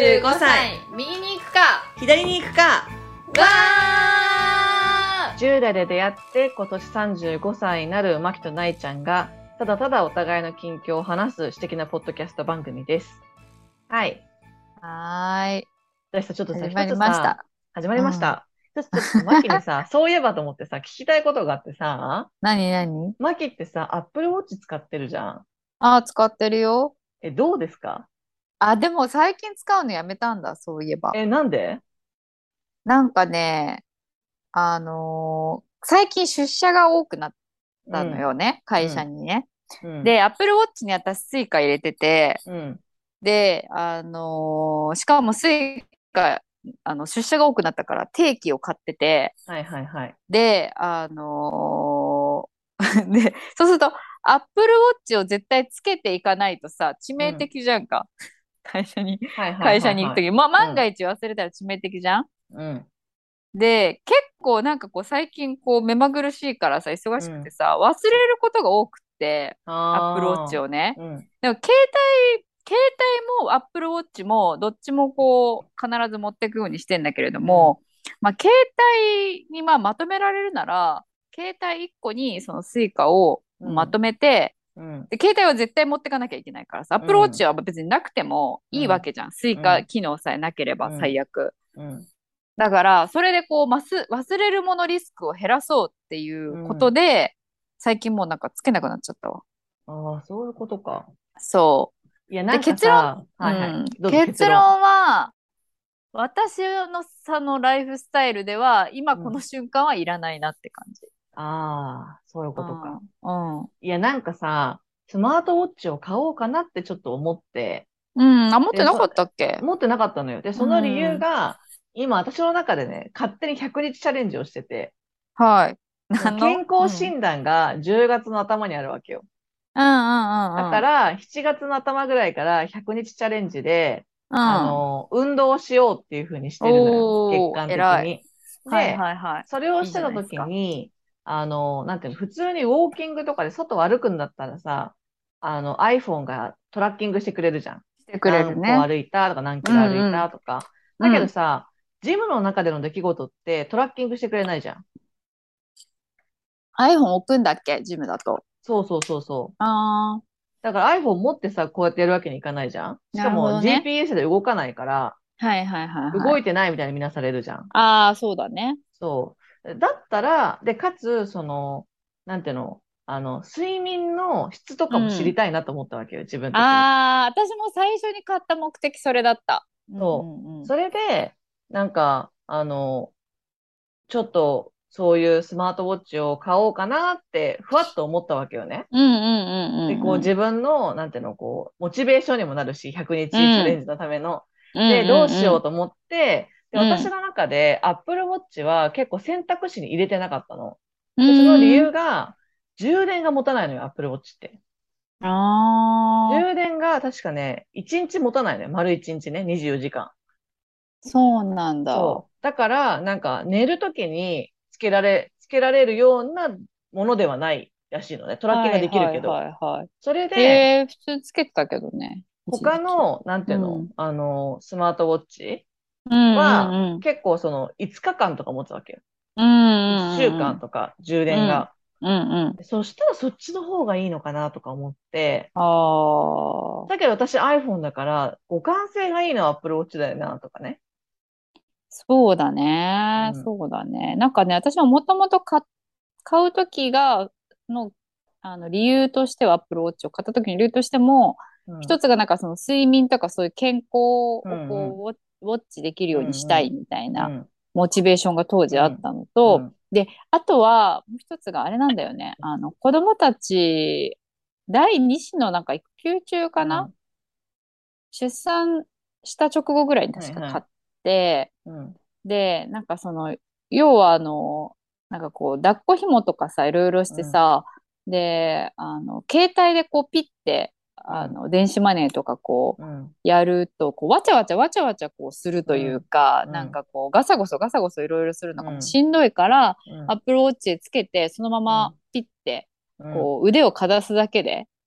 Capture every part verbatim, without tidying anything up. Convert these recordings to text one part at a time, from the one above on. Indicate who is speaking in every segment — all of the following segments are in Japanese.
Speaker 1: ゅうごさい、
Speaker 2: 右に行くか
Speaker 1: 左に行くか。
Speaker 2: わー
Speaker 3: じゅう代で出会って今年さんじゅうごさいになるマキとナイちゃんがただただお互いの近況を話す素敵なポッドキャスト番組です。はい。
Speaker 2: はーい。
Speaker 3: 私さ、ちょっとさ、
Speaker 2: 始まりました。
Speaker 3: 始まりました。うん、ちょっとマキにさ、そういえばと思ってさ、聞きたいことがあってさ。
Speaker 2: 何何？
Speaker 3: マキってさ、アップルウォッチ使ってるじゃん。
Speaker 2: ああ、使ってるよ。
Speaker 3: え、どうですか？
Speaker 2: あ、でも最近使うのやめたんだ、そういえば。
Speaker 3: え、なんで？
Speaker 2: なんかね、あのー最近出社が多くなったのよね、会社にね。
Speaker 3: うん。
Speaker 2: で、Apple Watch に私スイカ入れてて、
Speaker 3: うん。
Speaker 2: で、あのーしかもスイカ、あの、出社が多くなったから定期を買ってて、
Speaker 3: はいはいはい。
Speaker 2: で、あのーで、そうすると、Apple Watch を絶対つけていかないとさ、致命
Speaker 3: うん。
Speaker 2: 的じゃんか。会社に、
Speaker 3: はいはい
Speaker 2: 会
Speaker 3: はいはい。
Speaker 2: 社に行くとき。まあ、
Speaker 3: うん。
Speaker 2: 万が一忘れたら致命的じゃん。
Speaker 3: うん。
Speaker 2: で、結構なんかこう最近こう目まぐるしいからさ、忙
Speaker 3: うん。
Speaker 2: しくてさ、忘れることが多くって、Apple
Speaker 3: あ
Speaker 2: Watch をね。
Speaker 3: あ。うん。
Speaker 2: でも携帯、携帯も Apple Watch もどっちもこう必ず持っていくようにしてんだけれど
Speaker 3: うん。
Speaker 2: も、まあ携帯にまあまとめられるなら、携帯いっこにそのスイカを
Speaker 3: うん。
Speaker 2: まとめて、
Speaker 3: うん。
Speaker 2: で、携帯は絶対持ってかなきゃいけないからさ、
Speaker 3: う
Speaker 2: Apple
Speaker 3: ん。
Speaker 2: Watch は別になくてもいいわ
Speaker 3: うん。
Speaker 2: けじゃん。スイ
Speaker 3: うん。
Speaker 2: カ機能さえなければ
Speaker 3: うん。
Speaker 2: 最悪。
Speaker 3: うん。
Speaker 2: だから、それでこう、ます、忘れるものリスクを減らそうっていうこと
Speaker 3: うん。
Speaker 2: で、最近もうなんかつけなくなっちゃったわ。
Speaker 3: ああ、そういうことか。
Speaker 2: そ
Speaker 3: いや、
Speaker 2: う。で、
Speaker 3: なんか
Speaker 2: 結
Speaker 3: さ、はいはい。
Speaker 2: 論、うん。
Speaker 3: どうぞ結論。
Speaker 2: 結論は、私のそのライフスタイルでは、今
Speaker 3: うん。
Speaker 2: この瞬間はいらないなって感じ。
Speaker 3: ああ、そういう
Speaker 2: う
Speaker 3: ことか。
Speaker 2: ん。うん。
Speaker 3: いや、なんかさ、スマートウォッチを買おうかなってちょっと思って、
Speaker 2: うん。あ、持って
Speaker 3: で、そ、
Speaker 2: なかったっけ？
Speaker 3: 持ってなかったのよ。で、
Speaker 2: う
Speaker 3: その理由
Speaker 2: ん。
Speaker 3: が、今私の中でね、勝手にひゃくにちチャレンジをしてて、
Speaker 2: はい。
Speaker 3: その
Speaker 2: 何の？
Speaker 3: 健康
Speaker 2: うん。うん
Speaker 3: 診断がじゅうがつの頭にあるわけよ。
Speaker 2: うんうんうん。
Speaker 3: だから、しちがつの頭ぐらいからひゃくにちチャレンジで、
Speaker 2: う
Speaker 3: あ
Speaker 2: ん。
Speaker 3: の、運動をしようっていう風にしてるのよ。月
Speaker 2: おー、
Speaker 3: 間的
Speaker 2: 偉い。
Speaker 3: に。
Speaker 2: はい
Speaker 3: で、
Speaker 2: はいは
Speaker 3: それを
Speaker 2: い。いいじ
Speaker 3: してた時
Speaker 2: ゃないですか。
Speaker 3: に、あの、なんていうの、普通にウォーキングとかで外を歩くんだったらさ、あの、iPhone がトラッキングしてくれるじゃん。
Speaker 2: してくれる
Speaker 3: 何歩
Speaker 2: ね。
Speaker 3: 歩いたとか何
Speaker 2: う
Speaker 3: キロ歩い
Speaker 2: んうん。
Speaker 3: たとか。だ
Speaker 2: うん。
Speaker 3: けどさ、ジムの中での出来事ってトラッキングしてくれないじゃん。
Speaker 2: iPhone 置くんだっけジムだと。
Speaker 3: そうそうそうそう。
Speaker 2: あ
Speaker 3: だから iPhone 持ってさ、こうやってやるわけにいかないじゃん。
Speaker 2: ー、なるほ
Speaker 3: しかも
Speaker 2: どね。
Speaker 3: ジーピーエス で動かないから、
Speaker 2: はいはいはいはい。
Speaker 3: 動いてないみたいに見なされるじゃん。
Speaker 2: ああ、そうだね。
Speaker 3: そう。だったら、で、かつ、その、なんていうの、あの、睡眠の質と
Speaker 2: う
Speaker 3: かも知り
Speaker 2: ん。
Speaker 3: たいなと思ったわけよ、自分的に。
Speaker 2: ああ、私も最初に買った目的それだった。うんう
Speaker 3: そう。
Speaker 2: んうん。
Speaker 3: それで、なんか、あの、ちょっと、そういうスマートウォッチを買おうかなって、ふわっと思ったわけよね。
Speaker 2: うんうん
Speaker 3: で、こう、
Speaker 2: うんうん
Speaker 3: 自分の、なんていうの、こう、モチベーションにもなるし、ひゃくにちチャ
Speaker 2: うん。うん。
Speaker 3: レンジのための。
Speaker 2: うん
Speaker 3: で、どうし
Speaker 2: うん
Speaker 3: ようと思って、で、
Speaker 2: うん。
Speaker 3: 私の中で Apple Watch は結構選択肢に入れてなかったの。
Speaker 2: う
Speaker 3: で、その理
Speaker 2: ん。うーん。
Speaker 3: 由が、充電が持たないのよ、Apple Watch って。
Speaker 2: ああ、
Speaker 3: 充電が確かね、いちにち持たないのよ。丸いちにちね、にじゅうよじかん。
Speaker 2: そうなんだ。
Speaker 3: そう。だから、なんか、寝るときにつけられ、つけられるようなものではないらしいのね。トラッキングができる
Speaker 2: はいはい
Speaker 3: けど。
Speaker 2: はいは
Speaker 3: それ
Speaker 2: い。
Speaker 3: で、
Speaker 2: えー、普通つけてたけどね。一時期。
Speaker 3: 他の、なんていうの、
Speaker 2: うん。
Speaker 3: あの、スマートウォッチ
Speaker 2: うんう
Speaker 3: は、
Speaker 2: んうん。
Speaker 3: 結構その、いつかかんとか持つわけよ。
Speaker 2: うん
Speaker 3: いっしゅうか
Speaker 2: うん
Speaker 3: んとか、充
Speaker 2: うんうん。
Speaker 3: 電が。
Speaker 2: うんうんうん。
Speaker 3: そしたらそっちの方がいいのかなとか思って、
Speaker 2: ああ、
Speaker 3: だけど私 iPhone だから、互換性がいいのは Apple Watch だよなとかね。
Speaker 2: そうだね。
Speaker 3: うん。
Speaker 2: そうだね。なんかね、私ももともと買、買うときが、の、あの、理由としては、Apple Watch を買ったときの理由としても、
Speaker 3: うん。
Speaker 2: 一つがなんかその睡眠とかそういう健康
Speaker 3: う
Speaker 2: を
Speaker 3: んうん。
Speaker 2: こう、ウォウォッチできる
Speaker 3: う
Speaker 2: ようにしたい
Speaker 3: ん
Speaker 2: みたいな
Speaker 3: うん。
Speaker 2: モチベーションが当時あっ
Speaker 3: うん。
Speaker 2: たのと、
Speaker 3: うん。
Speaker 2: で、あとは、もう一つがあれなんだよね。あの、子供たち、第二子のなんか育休中かな、
Speaker 3: うん。
Speaker 2: 出産した直後ぐらいに確か買っ
Speaker 3: はいはい。
Speaker 2: て、
Speaker 3: うん。
Speaker 2: で、なんかその、要はあの、なんかこう、抱っこ紐とかさ、いろいろし
Speaker 3: うん。
Speaker 2: てさ、で、あの、携帯でこう、ピッて、
Speaker 3: うん。
Speaker 2: あの、電子マネーとかこう、
Speaker 3: うん。
Speaker 2: やると、こう、わちゃわちゃわちゃわちゃこう、するという
Speaker 3: うん。
Speaker 2: か、
Speaker 3: うん。
Speaker 2: なんかこう、ガサゴソガサゴソいろいろするのがもう
Speaker 3: うん。
Speaker 2: しんどいから、
Speaker 3: うん。
Speaker 2: アップルウォッチでつけて、そのまま
Speaker 3: うん。
Speaker 2: ピッて、
Speaker 3: うん。
Speaker 2: こう、腕をかざすだけで、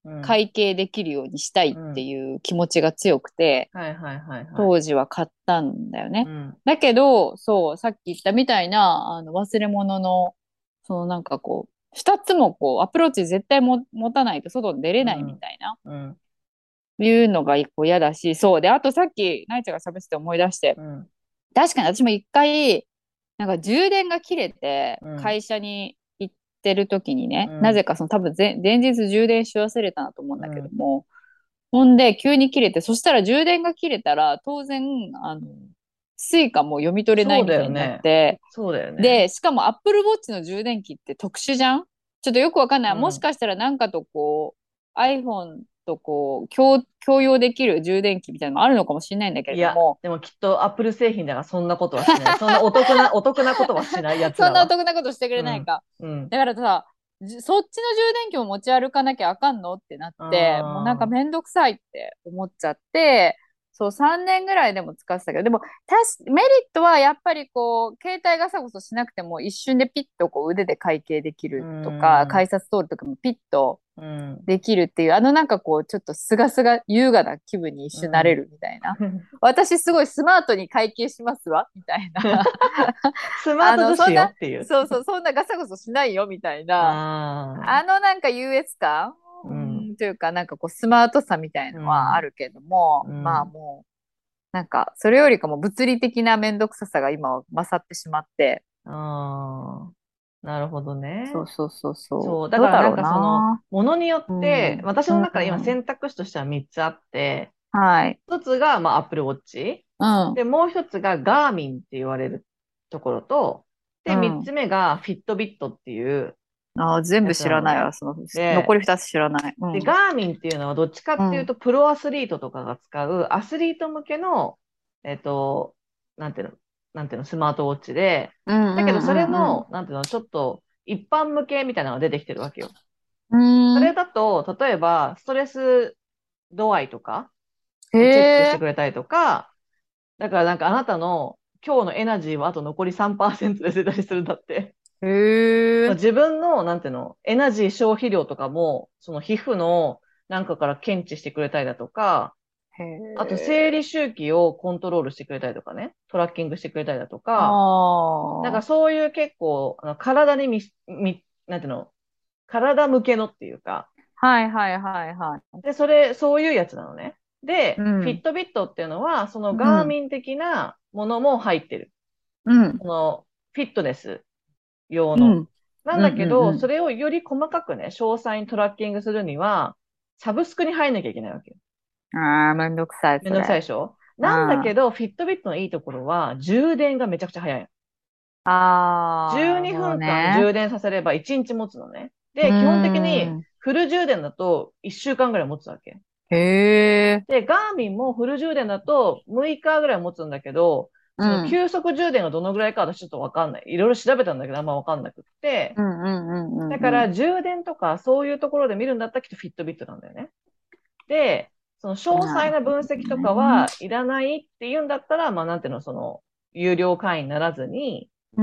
Speaker 3: うん。
Speaker 2: 会計できるようにしたいって
Speaker 3: うん。
Speaker 2: いう気持ちが強くて、
Speaker 3: はいはいはいはい。
Speaker 2: 当時は買ったんだよね。
Speaker 3: うん。
Speaker 2: だけど、そう、さっき言ったみたいな、あの、忘れ物の、そのなんかこう、二つもこう、アプローチ絶対も持たないと外に出れないみ
Speaker 3: うん。
Speaker 2: たいな、
Speaker 3: うん。
Speaker 2: いうのが一個嫌だし、そう。で、あとさっき、なイちゃんが喋ってて思い出して、
Speaker 3: うん。
Speaker 2: 確かに私も一回、なんか充電が切れて、
Speaker 3: うん。
Speaker 2: 会社に行ってる時にね、な
Speaker 3: うん。
Speaker 2: ぜかその多分前、前日充電し忘れたなと思うんだけど
Speaker 3: うん。
Speaker 2: も、ほんで、急に切れて、そしたら充電が切れたら、当然、あの、スイカも読み取れな
Speaker 3: そうだ
Speaker 2: いみたいになっ
Speaker 3: よね。
Speaker 2: て、
Speaker 3: そうだよね。
Speaker 2: で、しかも Apple Watch の充電器って特殊じゃん。ちょっとよくわかんない。もし
Speaker 3: うん。
Speaker 2: かしたらなんかとこう、iPhone とこう、共、共用できる充電器みたいなのもあるのかもしれないんだけ
Speaker 3: いや、
Speaker 2: れども、
Speaker 3: でもきっとアップル製品だからそんなことはしない。そんなお得な、お得なことはしない奴
Speaker 2: そんなお
Speaker 3: らは。
Speaker 2: 得なことしてく
Speaker 3: うん。
Speaker 2: れないか。
Speaker 3: うん。
Speaker 2: だからさ、じそっちの充電器も持ち歩かなきゃあかんのってなって、もうなんか
Speaker 3: ああ。
Speaker 2: めんどくさいって思っちゃって、そうさんねんぐらいでも使ってたけど、でもたしメリットはやっぱりこう、携帯ガサゴソしなくても一瞬でピッとこう腕で会計でき
Speaker 3: う
Speaker 2: るとか、
Speaker 3: ん。
Speaker 2: 改札通るときもピッと
Speaker 3: うん。
Speaker 2: できるっていう、あのなんかこう、ちょっとすがすが優雅な気分に一瞬なれ
Speaker 3: うん。
Speaker 2: るみたいな。私すごいスマートに会計しますわ、みたいな。
Speaker 3: スマー
Speaker 2: あの、
Speaker 3: ト女子
Speaker 2: そんな、
Speaker 3: よっていう。
Speaker 2: そうそう、そんなガサゴソしないよ、みたいな。
Speaker 3: ああ。
Speaker 2: あのなんか優越感、
Speaker 3: うん。
Speaker 2: うん、というか、なんかこう、スマートさみたいのはあ
Speaker 3: うん。
Speaker 2: るけども、まあ
Speaker 3: うん。
Speaker 2: もう、なんか、それよりかも物理的なめんどくささが今は勝ってしまって、
Speaker 3: ああ。なるほどね。
Speaker 2: そうそうそうそう。
Speaker 3: そう。だからなん
Speaker 2: どうだろう
Speaker 3: かその、
Speaker 2: な。
Speaker 3: ものによ
Speaker 2: う
Speaker 3: って、
Speaker 2: ん。
Speaker 3: 私の中で今
Speaker 2: うん。
Speaker 3: 選択肢としてはみっつあって、
Speaker 2: はい。
Speaker 3: 一つが、まあ、Apple Watch。
Speaker 2: うん。
Speaker 3: で、もう一つがガーミンって言われるところと、で、三
Speaker 2: うん。
Speaker 3: つ目がフィットビットっていう
Speaker 2: あー、全部
Speaker 3: やつ
Speaker 2: 知らないわ。
Speaker 3: なのね。
Speaker 2: その、残
Speaker 3: で、
Speaker 2: り二つ知らない。う
Speaker 3: で、
Speaker 2: ん。
Speaker 3: ガーミンっていうのはどっちか
Speaker 2: うん。
Speaker 3: っていうと、プロアスリートとかが使うアスリート向けの、えっと、なんていうの、なんていうの、スマートウォッチで、
Speaker 2: うん
Speaker 3: だけどそれ
Speaker 2: うん
Speaker 3: の、なんていうの、ちょっと一般向けみたいなのが出てきてるわけよ。
Speaker 2: うん。
Speaker 3: それ
Speaker 2: うーん。
Speaker 3: だと、例えば、ストレス度合いとか
Speaker 2: へ
Speaker 3: をチェックして
Speaker 2: え。
Speaker 3: くれたりとか、だからなんかあなたの今日のエナジーはあと残りさんパーセントで出たりするんだって。
Speaker 2: へえ。
Speaker 3: 自分の、なんていうの、エナジー消費量とかも、その皮膚のなんかから検知してくれたりだとか、
Speaker 2: へ
Speaker 3: あと生
Speaker 2: え。
Speaker 3: 理周期をコントロールしてくれたりとかね、トラッキングしてくれたりだと
Speaker 2: あ
Speaker 3: か、なんか
Speaker 2: あ。
Speaker 3: そういう結構、あの体にみ、み、なんていうの、体向けのっていうか、
Speaker 2: はいはいはいはい。
Speaker 3: で、それ、そういうやつなのね。で、フィッ
Speaker 2: うん。
Speaker 3: トビットっていうのは、その
Speaker 2: うん。
Speaker 3: ガーミン的なものも入ってる。
Speaker 2: うん。
Speaker 3: その、フィットネス用の。
Speaker 2: うん。
Speaker 3: なん
Speaker 2: うんう
Speaker 3: だけど、そ
Speaker 2: ん
Speaker 3: れをより細かくね、詳細にトラッキングするには、サブスクに入んなきゃいけないわけよ。
Speaker 2: うん。ああ、めんどくさい、
Speaker 3: めんどくさい
Speaker 2: それ。
Speaker 3: でしょ？
Speaker 2: うん。
Speaker 3: なんだけ
Speaker 2: あ
Speaker 3: ど、フィットビットのいいところは、充電がめちゃくちゃ早いの。
Speaker 2: あ、な
Speaker 3: 12
Speaker 2: るほど
Speaker 3: 分間
Speaker 2: ね。
Speaker 3: 充電させればいちにち持つのね。
Speaker 2: うー
Speaker 3: で、基本的に
Speaker 2: ん。
Speaker 3: フル充電だといっしゅうかんぐらい持つわけ。
Speaker 2: へえ。
Speaker 3: で、ガーミンもフル充電だとむいかぐらい持つんだけど、その
Speaker 2: うん。
Speaker 3: 急速充電がどのぐらいか私ちょっとわかんない。いろいろ調べたんだけどあんまわかんなくって。
Speaker 2: うんうんうんうんうん。
Speaker 3: だから充電とかそういうところで見るんだったらきっとフィットビットなんだよね。で、その詳細な
Speaker 2: なるほど
Speaker 3: 分析とか
Speaker 2: ね。
Speaker 3: はいらないっていうんだったら、まあなんていうの、その、有料会員にならずに、
Speaker 2: うん。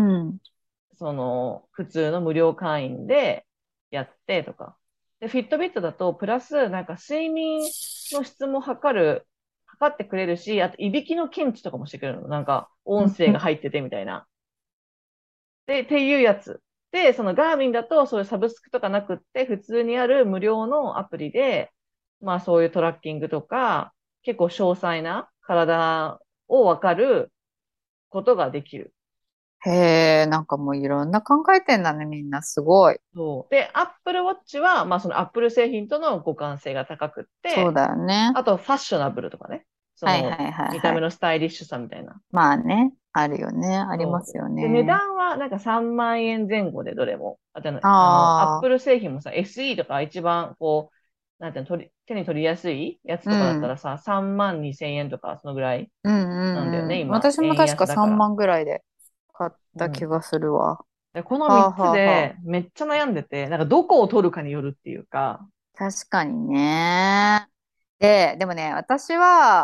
Speaker 3: その、普通の無料会員でやってとか。で、フィットビットだと、プラス、なんか睡眠の質も測る、測ってくれるし、あと、いびきの検知とかもしてくれるの。なんか、音声が入っててみたいな。で、っていうやつ。で、そのガーミンだと、そういうサブスクとかなくって、普通にある無料のアプリで、まあそういうトラッキングとか、結構詳細な体をわかることができる。
Speaker 2: へえ、なんかもういろんな考えてんだね、みんな。すごい。
Speaker 3: そう。で、Apple Watch は、まあその Apple 製品との互換性が高くって、
Speaker 2: そうだよね。
Speaker 3: あとファッショナブルとかね。その、
Speaker 2: はいはいはい
Speaker 3: 見た目
Speaker 2: はい。
Speaker 3: のスタイリッシュさみたいな。
Speaker 2: まあね。あるよね。ありま
Speaker 3: そ
Speaker 2: すよ
Speaker 3: う。で、値
Speaker 2: ね。
Speaker 3: 段はなんかさんまん円前後でどれも。あと、あの、
Speaker 2: ああ。
Speaker 3: Apple 製品もさ、エスイー とか一番こう、なんていうの、取り、手に取りやすいやつとかだった
Speaker 2: うん。
Speaker 3: らさ、さんまんにせん円とか、そのぐらい
Speaker 2: うん
Speaker 3: なんだよね、
Speaker 2: うんうん。
Speaker 3: 今。
Speaker 2: 私も
Speaker 3: 円
Speaker 2: 確か3
Speaker 3: 安だから。
Speaker 2: 万ぐらいで買った気
Speaker 3: うん。
Speaker 2: がするわ。
Speaker 3: で、この
Speaker 2: はあ
Speaker 3: みっつ
Speaker 2: はあはあ。
Speaker 3: でめっちゃ悩んでて、なんかどこを取るかによるっていうか、
Speaker 2: 確かにね。で、でもね、私は、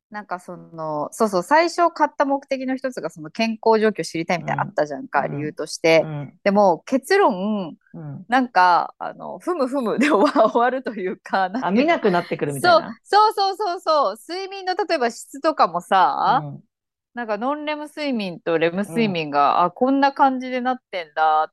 Speaker 2: なんかその、そうそう、最初買った目的の一つがその健康状況を知りたいみたいなのあっ
Speaker 3: うん。
Speaker 2: たじゃんか、理由
Speaker 3: うん。
Speaker 2: として。
Speaker 3: うん。
Speaker 2: でも結論、
Speaker 3: うん。
Speaker 2: なんか、あの、ふむふむで終わ終わるというか、なん
Speaker 3: あ、見
Speaker 2: ていうの。
Speaker 3: なくなってくるみたい
Speaker 2: そう、
Speaker 3: な。
Speaker 2: そうそうそうそう、睡眠の例えば質とかもさ、
Speaker 3: うん。
Speaker 2: なんかノンレム睡眠とレム睡
Speaker 3: うん。
Speaker 2: 眠が、あ、こんな感じでなってんだって、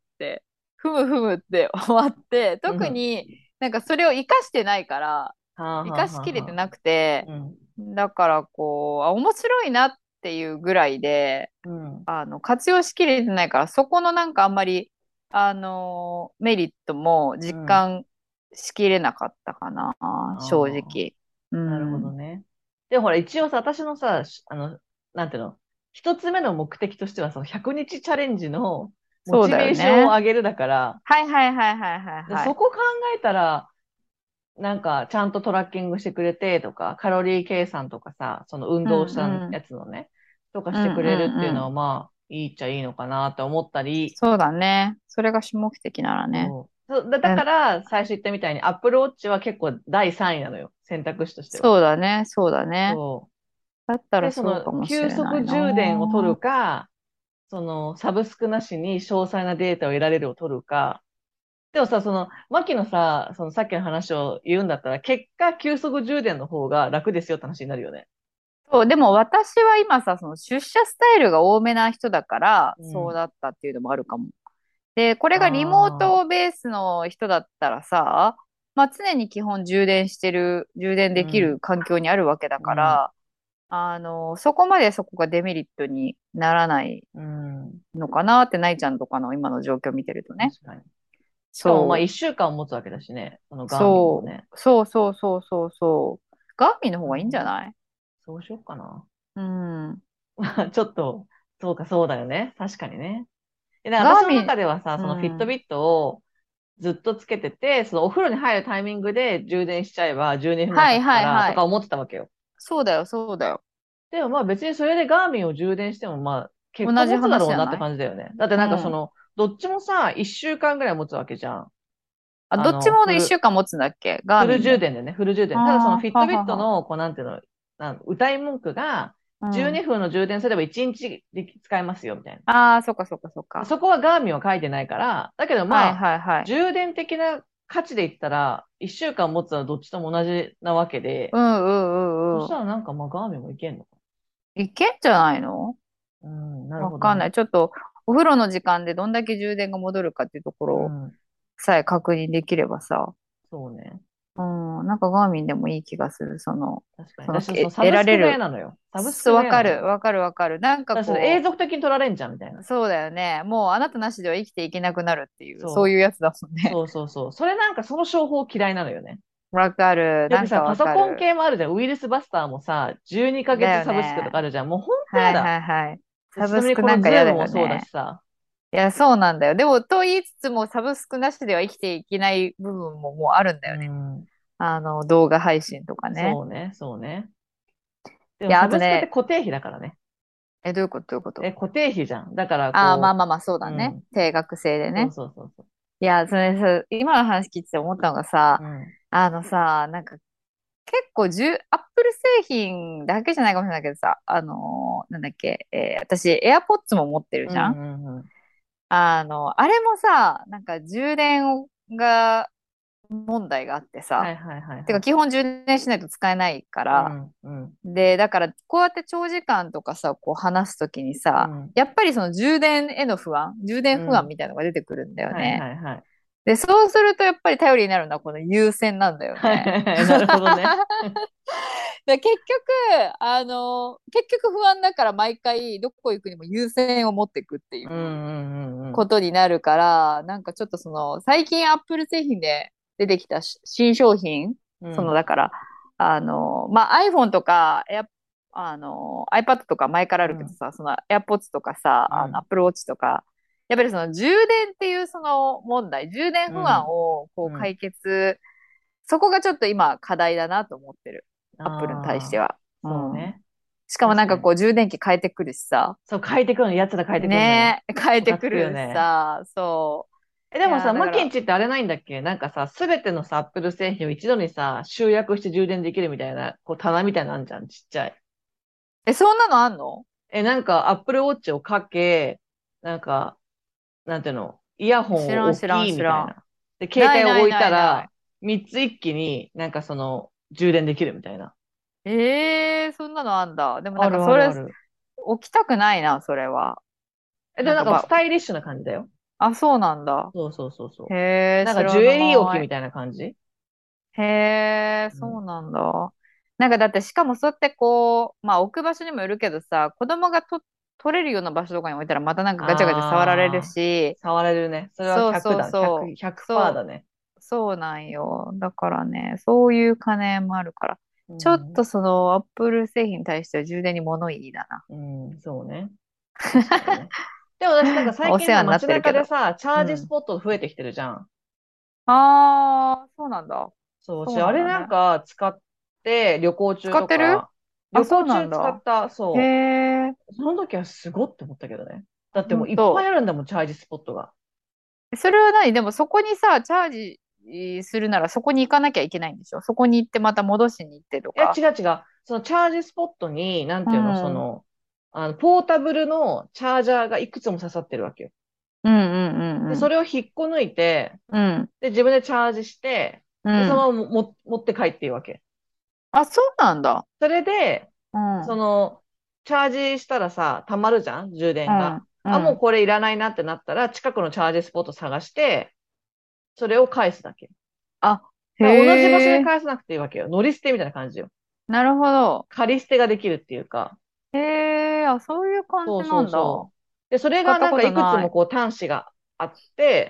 Speaker 2: ふむふむって終わって、
Speaker 3: うん。
Speaker 2: 特になんかそれを活かしてないから、
Speaker 3: はあはあ
Speaker 2: 活かし
Speaker 3: はあはあ。
Speaker 2: きれてなくて、
Speaker 3: うん。
Speaker 2: だからこう、あ、面白いなっていうぐらいで、
Speaker 3: うん。
Speaker 2: あの、活用しきれてないから、そこのなんかあんまり、あのメリットも
Speaker 3: うん。
Speaker 2: 実感しきれなかったかな、正
Speaker 3: ああ。
Speaker 2: 直。う
Speaker 3: なるほ
Speaker 2: ん。
Speaker 3: どね。で、ほら、一応さ、私のさ、しあの、なんていうの、一つ目の目的としては、そのひゃくにちチャレンジのモ
Speaker 2: そうだ
Speaker 3: チベーションを
Speaker 2: よね。
Speaker 3: 上げるだから、
Speaker 2: はいはいはいはいはいはい。
Speaker 3: でそこ考えたら、なんか、ちゃんとトラッキングしてくれてとか、カロリー計算とかさ、その運
Speaker 2: う
Speaker 3: 動した
Speaker 2: んうん。
Speaker 3: やつのね、とか
Speaker 2: うんう
Speaker 3: してくれるっていうのは、
Speaker 2: んうん。
Speaker 3: まあ、いいっちゃいいのかなって思ったり、
Speaker 2: そうだね。それが主目的ならね。
Speaker 3: そう。そうだ、だか
Speaker 2: え
Speaker 3: ら、最初言ったみたいに、アップルウォッチは結構だいさんいなのよ。選択肢としては。
Speaker 2: そうだね。そうだね。
Speaker 3: そう。
Speaker 2: だった
Speaker 3: で、
Speaker 2: ら
Speaker 3: その、
Speaker 2: そうかもし
Speaker 3: 急
Speaker 2: れないな。
Speaker 3: 速充電を取るか、その、サブスクなしに詳細なデータを得られるを取るか。でもさ、その、マキのさ、そのさっきの話を言うんだったら、結果、急速充電の方が楽ですよって話になるよね。
Speaker 2: そう、でも私は今さ、その出社スタイルが多めな人だから、
Speaker 3: うん。
Speaker 2: そうだったっていうのもあるかも。で、これがリモー
Speaker 3: ああ、
Speaker 2: トベースの人だったらさ、まあ常に基本充電してる、充電できる
Speaker 3: うん、
Speaker 2: 環境にあるわけだ
Speaker 3: うん、
Speaker 2: から、あの、そこまでそこがデメリットにならない
Speaker 3: うん。
Speaker 2: のかなって、ないちゃんとかの今の状況を見てるとね。
Speaker 3: 確かに。しかも、まあ、
Speaker 2: そう、
Speaker 3: 一週間持つわけだしね。そのガーミンも
Speaker 2: そ
Speaker 3: ね。
Speaker 2: う、そうそうそうそうそう。ガーミンの方がいいんじゃ
Speaker 3: なるほど。
Speaker 2: ない？
Speaker 3: そうしようかな。
Speaker 2: うん。
Speaker 3: ちょっと、そうか、そうだよね。確かにね。で、ね私の
Speaker 2: ガーミン、
Speaker 3: 中ではさ、
Speaker 2: う
Speaker 3: そのフィット
Speaker 2: ん。
Speaker 3: ビットをずっとつけてて、そのお風呂に入るタイミングで充電しちゃえばじゅうにふんかん
Speaker 2: はい
Speaker 3: 経つから、
Speaker 2: はいはい。
Speaker 3: とか思ってたわけよ。
Speaker 2: そうだよ、そうだよ。
Speaker 3: でもまあ別にそれでガーミンを充電してもまあ結果
Speaker 2: 同じ
Speaker 3: 持つだろうなって
Speaker 2: 話じゃない？
Speaker 3: 感じだよね。だって
Speaker 2: うん。
Speaker 3: なんかその、どっちもさ、いっしゅうかんぐらい持つわけじゃん。
Speaker 2: あ、
Speaker 3: あの、
Speaker 2: どっちも一
Speaker 3: フル、
Speaker 2: 週間持つんだっけ？ガー
Speaker 3: フル
Speaker 2: ミンも。
Speaker 3: 充電でね、フル充電。ただその
Speaker 2: ああ、
Speaker 3: フィットビッ
Speaker 2: ははは。
Speaker 3: トの、こうなんていうの、なん歌い文句が、12
Speaker 2: うん。
Speaker 3: 分の充電すればいちにちで使えますよ、みたいな。
Speaker 2: ああ、そっかそっかそっか。
Speaker 3: そこはガーミンは書いてないから、だけど
Speaker 2: はい
Speaker 3: まあ、
Speaker 2: はいはい。
Speaker 3: 充電的な価値で言ったら、いっしゅうかん持つのはどっちとも同じなわけで、
Speaker 2: うんうんうんうん。
Speaker 3: そしたらなんかまあガーミンもいけんのか
Speaker 2: いけんじゃないの？
Speaker 3: な。うん、なる
Speaker 2: わかんない。
Speaker 3: ほどね。
Speaker 2: ちょっと、お風呂の時間でどんだけ充電が戻るかっていうところ
Speaker 3: うん、
Speaker 2: さえ確認できればさ、
Speaker 3: そうね。
Speaker 2: うん、なんかガーミンでもいい気がする。その、
Speaker 3: 確かに。
Speaker 2: その、
Speaker 3: 私、その
Speaker 2: え
Speaker 3: サブスクが嫌
Speaker 2: 得られる。
Speaker 3: なのよ。サブス
Speaker 2: そう、
Speaker 3: クが
Speaker 2: わかる、
Speaker 3: 嫌なのよ。
Speaker 2: わかる、わかる。なんか
Speaker 3: だからそれ永
Speaker 2: こ
Speaker 3: 続的に取られんじゃん、みたい
Speaker 2: う、
Speaker 3: な。
Speaker 2: そうだよね。もうあなたなしでは生きていけなくなるっていう、そう
Speaker 3: そ
Speaker 2: いうやつだもん
Speaker 3: う。
Speaker 2: ね。
Speaker 3: そうそうそう。それなんかその商法嫌いなのよね。
Speaker 2: わかる。
Speaker 3: よくさ、
Speaker 2: なんかわ
Speaker 3: パソコン
Speaker 2: かる。
Speaker 3: 系もあるじゃん。ウイルスバスターもさ、じゅうにかげつ
Speaker 2: だよ
Speaker 3: サブスクとか
Speaker 2: ね。
Speaker 3: あるじゃん。もうほんとや
Speaker 2: はい
Speaker 3: だ。
Speaker 2: はいはい。
Speaker 3: で、
Speaker 2: サブ
Speaker 3: ちなみにこの
Speaker 2: スクなんか嫌だ
Speaker 3: ズームもそうだし
Speaker 2: よね。
Speaker 3: さ。
Speaker 2: いや、そうなんだよ。でも、と言いつつも、サブスクなしでは生きていけない部分ももうあるんだ
Speaker 3: う
Speaker 2: よね。
Speaker 3: ん。
Speaker 2: あの、動画配信とかね。
Speaker 3: そうね、そうね。で
Speaker 2: いや、
Speaker 3: もサブスクって
Speaker 2: あとね、
Speaker 3: 固定費だからね。
Speaker 2: え、どういうことどういうこ
Speaker 3: え、
Speaker 2: と？
Speaker 3: 固定費じゃん。だから
Speaker 2: ああー、まあ
Speaker 3: こ
Speaker 2: まあまあ、そう
Speaker 3: う、う
Speaker 2: だね。
Speaker 3: ん。
Speaker 2: 定額制で
Speaker 3: そう
Speaker 2: ね。
Speaker 3: そうそうそ
Speaker 2: いや、それさ、今の話聞いてて思ったのがさ、
Speaker 3: う。うん。
Speaker 2: あのさ、なんか結構じゅう、アップル製品だけじゃないかもしれないけどさ、あのーなんだっけ、えー私、AirPods も持ってる
Speaker 3: う
Speaker 2: じゃん。
Speaker 3: んうんうん。
Speaker 2: あの、あれもさ、なんか充電が問題があってさ、
Speaker 3: はいはいはい
Speaker 2: てか
Speaker 3: はい。
Speaker 2: 基本充電しないと使えないから、
Speaker 3: うんうん
Speaker 2: で、だからこうやって長時間とかさ、こう話すときにさ、
Speaker 3: うん
Speaker 2: やっぱりその充電への不安、充電不安
Speaker 3: うん。
Speaker 2: みたいなのが出てくるんだよ
Speaker 3: はい
Speaker 2: ね。
Speaker 3: はいはい。
Speaker 2: で、そうするとやっぱり頼りになるのはこの優先なんだよ
Speaker 3: はい
Speaker 2: ね。
Speaker 3: はいはい。なるほどね。
Speaker 2: で、結局、あの、結局不安だから毎回どこ行くにも優先を持っていくっていう
Speaker 3: うんうんうんうん。
Speaker 2: ことになるから、なんかちょっとその、最近アップル製品で出てきたし新商品、その、
Speaker 3: うん
Speaker 2: だから、あの、まあ、iPhone とか、エアあの、iPad とか前からあ
Speaker 3: うん。
Speaker 2: るけどさ、その AirPods とかさ、あの、
Speaker 3: うん。
Speaker 2: Apple Watch とか、やっぱりその充電っていうその問題、充電不安
Speaker 3: うん。
Speaker 2: をこ
Speaker 3: うん。
Speaker 2: う解決、そこがちょっと今課題だなと思ってる。Apple に対し
Speaker 3: ああ、
Speaker 2: ては。うん。
Speaker 3: そうね。
Speaker 2: しかもなん
Speaker 3: 確かに。
Speaker 2: かこう充電器変えてくるしさ。
Speaker 3: そう、変えてくるの、やつら変えてくるのよ。
Speaker 2: ねえ、変え
Speaker 3: ムカつくよ
Speaker 2: てくるし
Speaker 3: ね。
Speaker 2: さ。そ
Speaker 3: え、
Speaker 2: う。いやー、
Speaker 3: でもさ、マキン
Speaker 2: だから、
Speaker 3: チってあれないんだっけ？なんかさ、すべてのさ、アップル製品を一度にさ、集約して充電できるみたいな、こう、棚みたいなのあんじゃん、ちっちゃい。
Speaker 2: え、そんなのあんの？
Speaker 3: え、なんか、アップルウォッチをかけ、なんか、なんていうの、イヤホンを
Speaker 2: 知らん知らん
Speaker 3: 置き、
Speaker 2: 知らん。
Speaker 3: みたいな。で、携
Speaker 2: ないない
Speaker 3: 帯を置い
Speaker 2: ないない。
Speaker 3: たら、みっつ一気になんかその、充電できるみたいな。
Speaker 2: えー、そんなのあんだ。でもな
Speaker 3: あ
Speaker 2: んかそれ、
Speaker 3: るあるある。
Speaker 2: 起きたくないな、それは。
Speaker 3: え、でもなんかス
Speaker 2: なんかば、
Speaker 3: タイリッシュな感じだよ。
Speaker 2: あ、そうなんだ。
Speaker 3: そうそうそうそ
Speaker 2: へ
Speaker 3: う。
Speaker 2: え、
Speaker 3: なんかジュ
Speaker 2: 知ら
Speaker 3: エリー置き
Speaker 2: ない。
Speaker 3: みたいな感じ。
Speaker 2: へえ、
Speaker 3: うん。
Speaker 2: そうなんだ。なんかだってしかもそうやってこう、まあ置く場所にもよるけどさ、子供がと取れるような場所とかに置いたらまたなんかガチャガチャ触られる
Speaker 3: あー、
Speaker 2: し、
Speaker 3: 触れるね。それはひゃく
Speaker 2: そうそう
Speaker 3: だ。ひゃく、
Speaker 2: そう、そ
Speaker 3: ひゃくパーセントだね。
Speaker 2: う、そうなんよ。だからね、そういう金もあるから、ちょっ
Speaker 3: うん。
Speaker 2: とそのアップル製品に対しては充電に物言いだな。
Speaker 3: うん、そうね。確かにね。でも私なんか最近さ、
Speaker 2: お世話になっ
Speaker 3: 街
Speaker 2: てるけど。
Speaker 3: 中でさ、チャージス
Speaker 2: うん。
Speaker 3: ポット増えてきてるじゃん。
Speaker 2: ああ、そうなんだ。
Speaker 3: そう、
Speaker 2: そう
Speaker 3: 私、あれなん
Speaker 2: なんだね。
Speaker 3: か使って旅行中
Speaker 2: 使ってる？
Speaker 3: とか、
Speaker 2: あ、そうな
Speaker 3: 旅行中
Speaker 2: んだ。
Speaker 3: 使った、
Speaker 2: へ
Speaker 3: そ
Speaker 2: え。
Speaker 3: う。その時はすごって思ったけどね。だ
Speaker 2: あ、
Speaker 3: ってもういっぱい
Speaker 2: 本当。
Speaker 3: あるんだもん、チャージスポットが。
Speaker 2: それは何？でもそこにさ、チャージするならそこに行かなきゃいけないんでしょ？そこに行ってまた戻しに行ってと
Speaker 3: いや、
Speaker 2: か。
Speaker 3: 違う違う。そのチャージスポットに、なん
Speaker 2: う
Speaker 3: ていうの、そ
Speaker 2: ん。うん
Speaker 3: の、あの、ポータブルのチャージャーがいくつも刺さってるわけよ。
Speaker 2: うんうん
Speaker 3: で、
Speaker 2: うん。
Speaker 3: それを引っこ抜いて、
Speaker 2: うん。
Speaker 3: で、自分でチャージして、で、そ
Speaker 2: うん。
Speaker 3: のままもも持って帰っていいわけ。
Speaker 2: あ、そうなんだ。
Speaker 3: それで、
Speaker 2: うん。うん。
Speaker 3: その、チャージしたらさ、溜まるじゃん充電が。あ、もう
Speaker 2: うん。
Speaker 3: これいらないなってなったら、近くのチャージスポット探して、それを返すだけ。
Speaker 2: あ、へ
Speaker 3: だから同じ場所で
Speaker 2: え。
Speaker 3: 返さなくていいわけよ。乗り捨てみたいな感じよ。
Speaker 2: なるほど。
Speaker 3: 借り捨てができるっていうか。
Speaker 2: へえ。あ、そういう感じ
Speaker 3: そうそ
Speaker 2: なんだ。
Speaker 3: うそう。で、それ
Speaker 2: 使ったこ
Speaker 3: がなんかいくつ
Speaker 2: とない。
Speaker 3: もこう端子があって、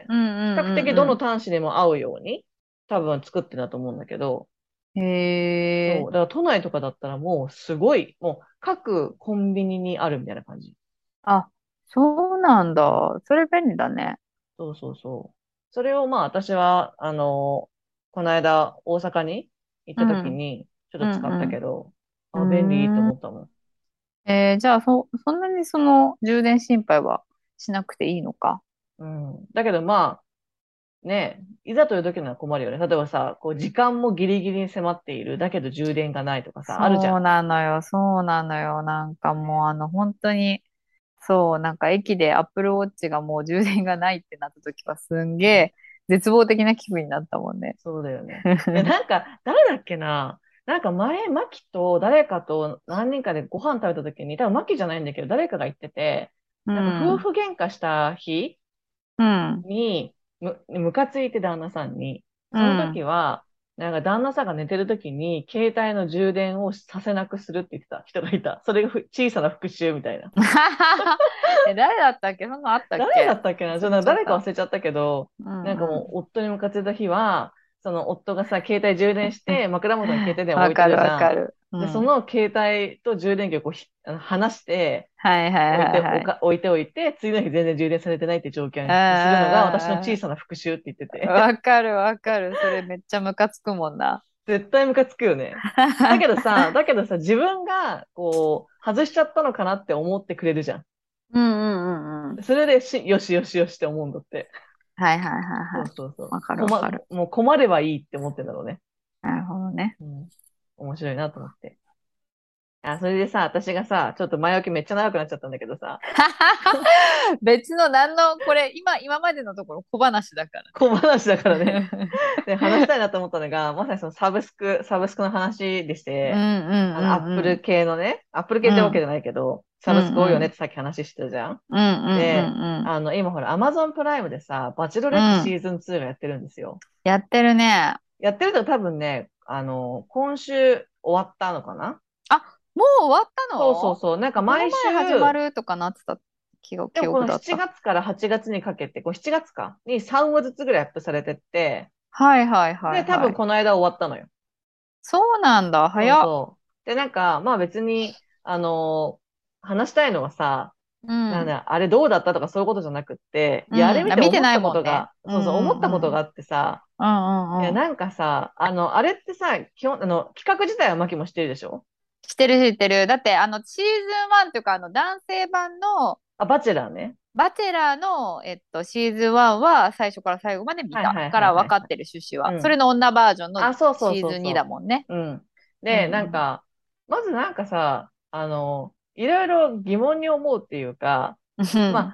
Speaker 2: うん
Speaker 3: 比較
Speaker 2: うんうん
Speaker 3: 的どの端子でも合うように、多分作ってるんだと思うんだけど、
Speaker 2: うん。へ
Speaker 3: そう。
Speaker 2: え。
Speaker 3: だから都内とかだったらもうすごい、もう各コンビニにあるみたいな感じ。
Speaker 2: あ、そうなんだ。それ便利だね。
Speaker 3: そうそうそう。それをまあ私は、あの、この間大阪に行った時
Speaker 2: うん。
Speaker 3: にちょっ
Speaker 2: う
Speaker 3: と使った
Speaker 2: ん
Speaker 3: けど、
Speaker 2: う
Speaker 3: あ、便利と
Speaker 2: ん。うーん。
Speaker 3: 思ったもん。
Speaker 2: えー、じゃあ、そ、そんなにその充電心配はしなくていいのか。
Speaker 3: うん。だけどまあ、ね、いざという時には困るよね。例えばさ、こう時間もギリギリに迫っている。だけど充電がないとかさ、あるじゃん。
Speaker 2: そうなのよ、そうなのよ。なんかもう、あの、本当に、そう、なんか駅で Apple Watch がもう充電がないってなった時はすんげえ絶望的な気分になったもんね。
Speaker 3: そうだよね。え、なんか、誰だっけな。なんか前、マキと誰かと何人かでご飯食べた時に、多分マキじゃないんだけど、誰かが言ってて、
Speaker 2: う
Speaker 3: なんか夫
Speaker 2: ん、
Speaker 3: 婦喧嘩した日
Speaker 2: うん、
Speaker 3: に、む、ムカついて旦那さんに、その
Speaker 2: うん。
Speaker 3: 時は、なんか旦那さんが寝てる時に、携帯の充電をさせなくするって言ってた人がいた。それがふ小さな復讐みたいな。
Speaker 2: え、誰だったっけ？そんなのあったっ
Speaker 3: 誰だ
Speaker 2: け？
Speaker 3: ったっけなちょっと
Speaker 2: 忘れ
Speaker 3: なんか誰か
Speaker 2: ちゃった。
Speaker 3: 忘れちゃったけど、
Speaker 2: う
Speaker 3: なんか
Speaker 2: ん、うん。
Speaker 3: もう夫にムカついた日は、その夫がさ、携帯充電して、枕元に携帯電話置いて
Speaker 2: わかる
Speaker 3: るじゃん。
Speaker 2: わかる。う
Speaker 3: で、そ
Speaker 2: ん。
Speaker 3: の携帯と充電器をこうひあの離して、
Speaker 2: はいはい
Speaker 3: 置いて、
Speaker 2: はいはい。
Speaker 3: おか、置いておいて、次の日全然充電されてないって状況
Speaker 2: あ
Speaker 3: にするのが私の
Speaker 2: ーあー
Speaker 3: 小さな復讐って言って
Speaker 2: あーあー、
Speaker 3: て。
Speaker 2: わかるわかる。それめっちゃムカつくもんな。
Speaker 3: 絶対ムカつくよね。だけどさ、だけどさ、自分が、こう、外しちゃったのかなって思ってくれるじゃん。
Speaker 2: うんうんうんうん。
Speaker 3: それでし、よしよしよしって思うんだって。
Speaker 2: はいはいはい
Speaker 3: そ
Speaker 2: はい。
Speaker 3: うそうそう。
Speaker 2: わかるわか
Speaker 3: 困、
Speaker 2: る。
Speaker 3: もう困ればいいって思ってんだろうね。
Speaker 2: なるほどね。
Speaker 3: うん。面白いなと思って。あ、それでさ、私がさ、ちょっと前置きめっちゃ長くなっちゃったんだけどさ、
Speaker 2: 別の何の、これ、今、今までのところ小話だから
Speaker 3: 小話だからね。
Speaker 2: ね。
Speaker 3: で、話したいなと思ったのが、まさにそのサブスク、サブスクの話でし
Speaker 2: うん
Speaker 3: て、あの、アップル
Speaker 2: うん
Speaker 3: 系のね、アップル
Speaker 2: うんうん。
Speaker 3: 系ってわけじゃないけど、
Speaker 2: うん
Speaker 3: サブスク多いよねっ
Speaker 2: うん
Speaker 3: てさっき話してたじゃん。
Speaker 2: うんうん
Speaker 3: で、
Speaker 2: うんうん
Speaker 3: あの、今ほら、アマゾンプライムでさ、バチェロ
Speaker 2: うん。
Speaker 3: レッテシーズンツーがやってるんですよ。
Speaker 2: やってるね。
Speaker 3: やってると多分ね、あの、今週終わったのかな。
Speaker 2: あ、もう終わったの？
Speaker 3: そうそうそう。なんか
Speaker 2: この
Speaker 3: 毎週、
Speaker 2: 前始まるとかなってた記憶、記
Speaker 3: でもこの7
Speaker 2: 憶だった。
Speaker 3: 月からはちがつにかけて、こうしちがつかにさんわずつぐらいアップされてって、
Speaker 2: はいはいは
Speaker 3: で、
Speaker 2: いはい。
Speaker 3: 多分この間終わったのよ。
Speaker 2: そうなんだ。
Speaker 3: そう
Speaker 2: 早っ。
Speaker 3: そう。で、なんか、まあ別に、あのー話したいのはさ、
Speaker 2: うん。
Speaker 3: なんだ、あれどうだったとかそういうことじゃなくって、いや、あれ
Speaker 2: うん。あ、見てない
Speaker 3: 見て思ったこ
Speaker 2: もんね。
Speaker 3: とが、
Speaker 2: うん
Speaker 3: そうそう、思った
Speaker 2: うんうん。
Speaker 3: ことがあってさ、
Speaker 2: うんう
Speaker 3: いや、
Speaker 2: んうん。
Speaker 3: なんかさ、あの、あれってさ、基本、あの、企画自体はマキもしてるでしょ？
Speaker 2: 知ってる知ってる。だって、あの、シーズンワンっていうか、あの、男性版の、
Speaker 3: あ、バチェラーね。
Speaker 2: バチェラーの、えっと、シーズンワンは最初から最後まで見た
Speaker 3: はいはい
Speaker 2: から分
Speaker 3: はいはい。
Speaker 2: かってる趣旨は。それ
Speaker 3: うん。
Speaker 2: の女バージョンの
Speaker 3: あ、そうそう
Speaker 2: シーズンツーだ
Speaker 3: そうそ
Speaker 2: もんね。
Speaker 3: う。うん。
Speaker 2: う
Speaker 3: で、なん
Speaker 2: ん
Speaker 3: か、まずなんかさ、 あの、いろいろ疑問に思うっていうか、
Speaker 2: うん。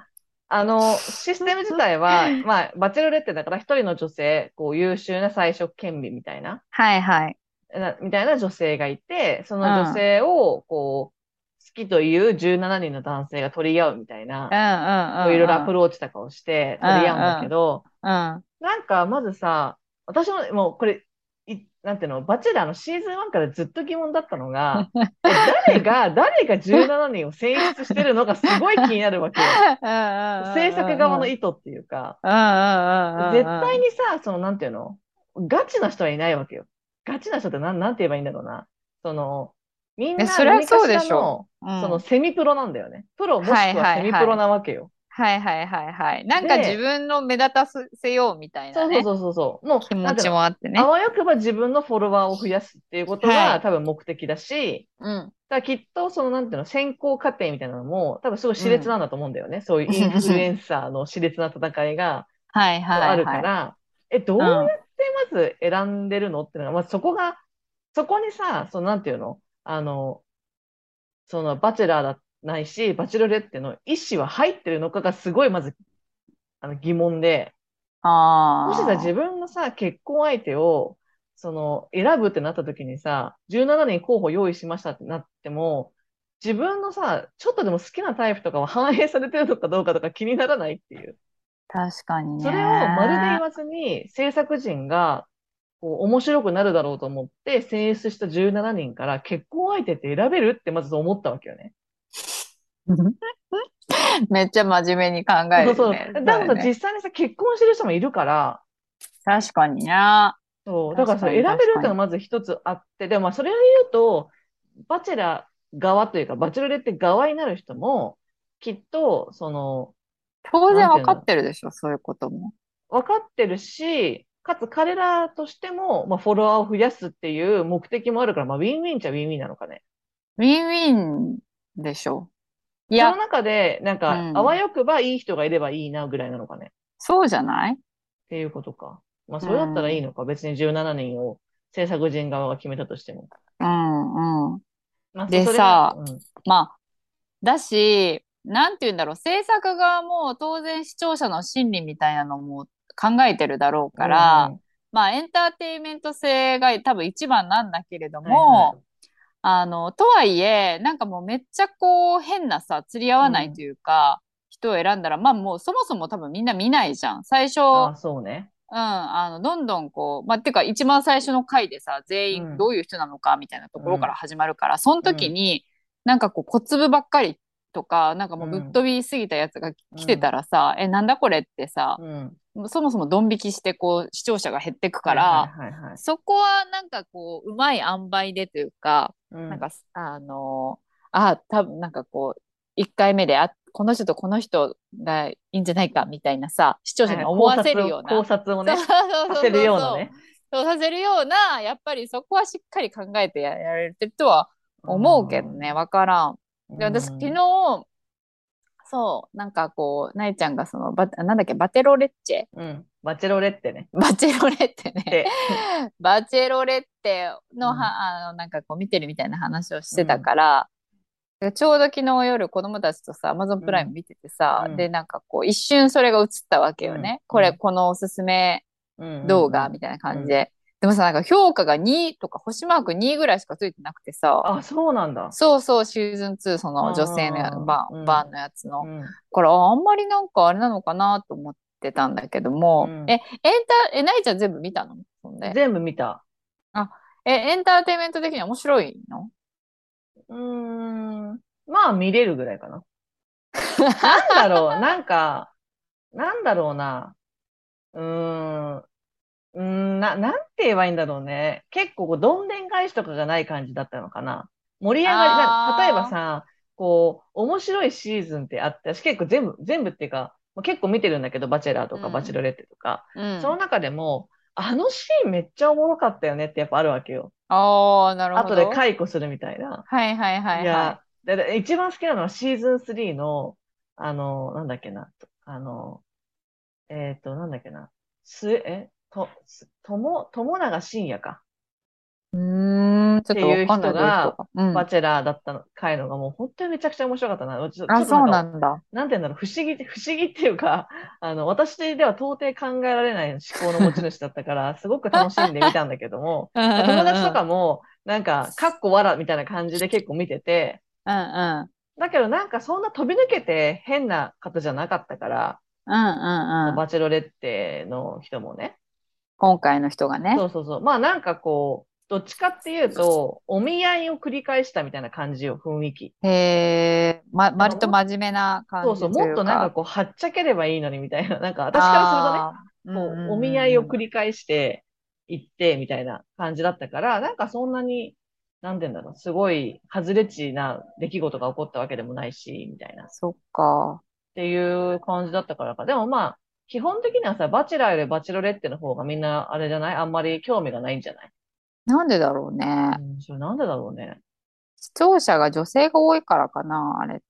Speaker 3: まあ、あの、システム自体は、まあ、バチェロレッテだから一人の女性、こう優秀な才色兼備みたいな、
Speaker 2: はいはい。
Speaker 3: なみたいな女性がいて、その女
Speaker 2: うん。うん
Speaker 3: 性を、こう、好きというじゅうななにんの男性が取り合うみたい
Speaker 2: うん
Speaker 3: な、こういろいろア
Speaker 2: うんうん。
Speaker 3: プローチとかをして
Speaker 2: うん
Speaker 3: 取り合うんだけ
Speaker 2: うん。
Speaker 3: ど、
Speaker 2: うん。
Speaker 3: なんか、まずさ、私も、もうこれ、い、なんていうの、バチェラーのシーズンワンからずっと疑問だったのが、え、誰が、誰がじゅうななにんを選出してるのかすごい気になるわけよ。
Speaker 2: うん
Speaker 3: 制作
Speaker 2: うんうんうん。
Speaker 3: 側の意図っていうか、
Speaker 2: うんうん
Speaker 3: 絶
Speaker 2: うんうんうん。
Speaker 3: 対にさ、その、なんていうの、ガチな人はいないわけよ。ガチな人ってなん、なんて言えばいいんだろうな。その、みん
Speaker 2: え、
Speaker 3: な
Speaker 2: そりゃそう
Speaker 3: 何かし
Speaker 2: でしょ
Speaker 3: らの、
Speaker 2: う。う
Speaker 3: その
Speaker 2: ん。
Speaker 3: セミプロなんだよね。プロもし
Speaker 2: はい
Speaker 3: くはセミプロ
Speaker 2: はいはい。
Speaker 3: なわけよ。
Speaker 2: はいはいはいはい。なんか自
Speaker 3: で、
Speaker 2: 分の目立たせようみたいなね、
Speaker 3: そうそうそうそうそう。もう、なんていうの、
Speaker 2: 気持ちもあってね。
Speaker 3: あわよくば自分のフォロワーを増やすっていうこと
Speaker 2: はい。
Speaker 3: が多分目的だし、
Speaker 2: うん。
Speaker 3: だからきっとそのなんていうの、選考過程みたいなのも多分すごい熾烈
Speaker 2: うん。
Speaker 3: なんだと思うんだよね。そういうインフルエンサーの熾烈な戦いが
Speaker 2: はい
Speaker 3: きっとある
Speaker 2: はいはい。
Speaker 3: から、え、どう
Speaker 2: うん。
Speaker 3: やってまず選んでるのっていうのが、まずそこが、そこにさ、そのなんていうの、あの、そのバチェラーだないし、バチェロレッテの意思は入ってるのかがすごいまずあの疑問で、もしさ、自
Speaker 2: ああ。
Speaker 3: 分のさ、結婚相手を、その、選ぶってなった時にさ、じゅうななにん候補用意しましたってなっても、自分のさ、ちょっとでも好きなタイプとかは反映されてるのかどうかとか気にならないっていう。
Speaker 2: 確かに
Speaker 3: それをまるで言
Speaker 2: ね。
Speaker 3: わずに、制作陣が、こう、面白くなるだろうと思って選出したじゅうななにんから結婚相手って選べるってまず思ったわけよね。
Speaker 2: めっちゃ真面目に考
Speaker 3: そうそう。
Speaker 2: えるね。
Speaker 3: だから
Speaker 2: それね。
Speaker 3: 実際にさ、結婚してる人もいるから、
Speaker 2: 確かにね。
Speaker 3: そう。だからそう、
Speaker 2: 確かに
Speaker 3: 選べる
Speaker 2: 確かに。
Speaker 3: っていうのがまず一つあって、でもまあそれを言うと、バチェラー側というか、バチェロレッテ側になる人も、きっと、その、
Speaker 2: 当然わかっ
Speaker 3: なんていうの、
Speaker 2: てるでしょ、そういうことも。
Speaker 3: 分かってるし、かつ彼らとしても、まあ、フォロワーを増やすっていう目的もあるから、まあ、ウィンウィンっちゃウィンウィンなのかね。
Speaker 2: ウィンウィンでしょ。い
Speaker 3: その
Speaker 2: や、
Speaker 3: 中で、なん
Speaker 2: う
Speaker 3: か、あわ
Speaker 2: ん。
Speaker 3: よくばいい人がいればいいなぐらいなのかね。
Speaker 2: そうじゃない？
Speaker 3: っていうことか。まあ、
Speaker 2: う
Speaker 3: それだったらいい
Speaker 2: ん。
Speaker 3: のか。別にじゅうななにんを制作陣側が決めたとしても。
Speaker 2: うんうん。
Speaker 3: まあ、そ、
Speaker 2: で
Speaker 3: それが、
Speaker 2: さ、
Speaker 3: うん。
Speaker 2: まあ、だし、なんて言うんだろう、制作側も当然視聴者の心理みたいなのも考えてるだろう
Speaker 3: う
Speaker 2: から、
Speaker 3: んうん。
Speaker 2: まあエンターテインメント性が多分一番なんだけれど
Speaker 3: はいはい。
Speaker 2: も、あの、とはいえ、なんかもうめっちゃこう変なさ、釣り合
Speaker 3: うん。
Speaker 2: わないというか、人を選んだら、まあもうそもそも多分みんな見ないじゃん。最初、
Speaker 3: ああ、そうね。
Speaker 2: うん、あの、どんどんこう、まあ、てか一番最初の回でさ、全員ど
Speaker 3: うん。
Speaker 2: ういう人なのかみたいなところから
Speaker 3: うん。
Speaker 2: 始まるから、その
Speaker 3: うん。
Speaker 2: 時に、なんかこう小粒ばっかりとか、なんかもうぶっ
Speaker 3: うん。
Speaker 2: 飛びすぎたやつが来てた
Speaker 3: うん。
Speaker 2: らさ、え、なんだこれってさ、
Speaker 3: うん。
Speaker 2: そもそもドン引きしてこう視聴者が減ってくか
Speaker 3: はいはい
Speaker 2: ら、
Speaker 3: はいはい。
Speaker 2: そこはなんかこう、うまい塩梅でというか、
Speaker 3: うん。
Speaker 2: なんか、あの、あ、多分なんかこう、一回目で、あ、この人とこの人がいいんじゃないかみたいなさ、視聴者
Speaker 3: はいはい。
Speaker 2: に思わせ
Speaker 3: 考察を、考
Speaker 2: るような、そう
Speaker 3: 察をね、
Speaker 2: そうそう
Speaker 3: させる
Speaker 2: そうそう、
Speaker 3: ようなね。
Speaker 2: そうさせるような、やっぱりそこはしっかり考えてやられてるとは
Speaker 3: う
Speaker 2: 思うけどね、
Speaker 3: ん。
Speaker 2: わからん。
Speaker 3: う
Speaker 2: で、私昨
Speaker 3: ん。
Speaker 2: 日、そう、なんかこう、なえちゃんがその、バ、なんだっけ、バテロレッチェ、
Speaker 3: うん。バチェロレッテね。
Speaker 2: バチェロレッテね。
Speaker 3: で、
Speaker 2: バチェロレッテの
Speaker 3: うん。
Speaker 2: は、あの、なんかこう見てるみたいな話をしてた
Speaker 3: うん。
Speaker 2: から、ちょうど昨日夜子供たちとさ、アマゾンプライム
Speaker 3: うん。
Speaker 2: 見ててさ、で、
Speaker 3: うん。
Speaker 2: なんかこう一瞬それが映ったわけ
Speaker 3: うん。
Speaker 2: よね。これ、
Speaker 3: うん。
Speaker 2: このおすすめ
Speaker 3: うん。うん。
Speaker 2: 動画みたいな
Speaker 3: うん。
Speaker 2: 感じで。でもさ、なんか評価がにとか星マークにぐらいしかついてなくてさ、
Speaker 3: あ、そうなんだ。
Speaker 2: そうそう、シーズンツー、そ
Speaker 3: あ
Speaker 2: の女性のや
Speaker 3: あ、
Speaker 2: バン、
Speaker 3: うん。
Speaker 2: バンのやつの。
Speaker 3: うん。
Speaker 2: これ、ああんまりなんかあれなのかなと思ってたんだけども、え、
Speaker 3: うん。
Speaker 2: エンタ、え、なイちゃん全部見たのそんで。
Speaker 3: 全部見た。
Speaker 2: あ、え、エンターテインメント的には面白いの？
Speaker 3: うーん。まあ、見れるぐらいかな。なんだろう。なんか、なんだろうな。うーん。うーん、な、なんて言えばいいんだろうね。結構こう、どんでん返しとかがない感じだったのかな。盛り上がり、な、例えば
Speaker 2: あ
Speaker 3: さ、こう、面白いシーズンってあって、私結構全部、全部っていうか、もう結構見てるんだけど、バチェラーと
Speaker 2: ー、う
Speaker 3: かバチェ
Speaker 2: ん、
Speaker 3: ロレッテとか、
Speaker 2: うん。
Speaker 3: その中でも、あのシーンめっちゃおもろかったよねってやっぱあるわけよ。
Speaker 2: ああ、なるほ
Speaker 3: 後で
Speaker 2: ど。
Speaker 3: 解雇するみたいな。
Speaker 2: はいはいはいはい。
Speaker 3: いや、だだ一番好きなのはシーズンスリーの、あの、なんだっけな、あの、えっと、なんだっけな、す、え、と、すとも、友永信也か。
Speaker 2: うーーん、ちょっ
Speaker 3: ていう
Speaker 2: とわかんない、どういう人
Speaker 3: 人が、
Speaker 2: か。うん。
Speaker 3: バチェラーだったの、回のがもう本当にめちゃくちゃ面白かったな。ちょ、ちょ
Speaker 2: あ、そうな
Speaker 3: っとなんか、
Speaker 2: んだ。
Speaker 3: なんて言うんだろう、不思議、不思議っていうか、あの、私では到底考えられない思考の持ち主だったから、すごく楽しんで見たんだけども、
Speaker 2: うんうん
Speaker 3: 友達と
Speaker 2: うん。
Speaker 3: かも、なんか、かっこわらみたいな感じで結構見てて、
Speaker 2: うんうん。
Speaker 3: だけどなんかそんな飛び抜けて変な方じゃなかったから、
Speaker 2: うんうんうん。
Speaker 3: バチェロレッテの人もね。
Speaker 2: 今回の人がね。
Speaker 3: そうそうそう。まあなんかこう、どっちかっていうと、お見合いを繰り返したみたいな感じよ、雰囲気。
Speaker 2: へえ、ま、割と
Speaker 3: なんかも
Speaker 2: 真面目な
Speaker 3: そうそう、
Speaker 2: 感じと
Speaker 3: もっ
Speaker 2: いうか。
Speaker 3: となんかこう、はっちゃければいいのにみたいな。なんか私からするとね、
Speaker 2: ああ、うんう
Speaker 3: こう、お見合いを
Speaker 2: んうんうん。
Speaker 3: 繰り返して行ってみたいな感じだったから、なんかそんなに、なんて言うんだろう、すごい外れ値な出来事が起こったわけでもないし、みたいな。っ
Speaker 2: そっか。
Speaker 3: ていう感じだったからか。でもまあ、基本的にはさ、バチェラーよりバチェロレッテの方がみんなあれじゃないあんまり興味がないんじゃない？
Speaker 2: なんでだろうね。
Speaker 3: うん、それなんでだろうね。
Speaker 2: 視聴者が女性が多いからかな、あれって。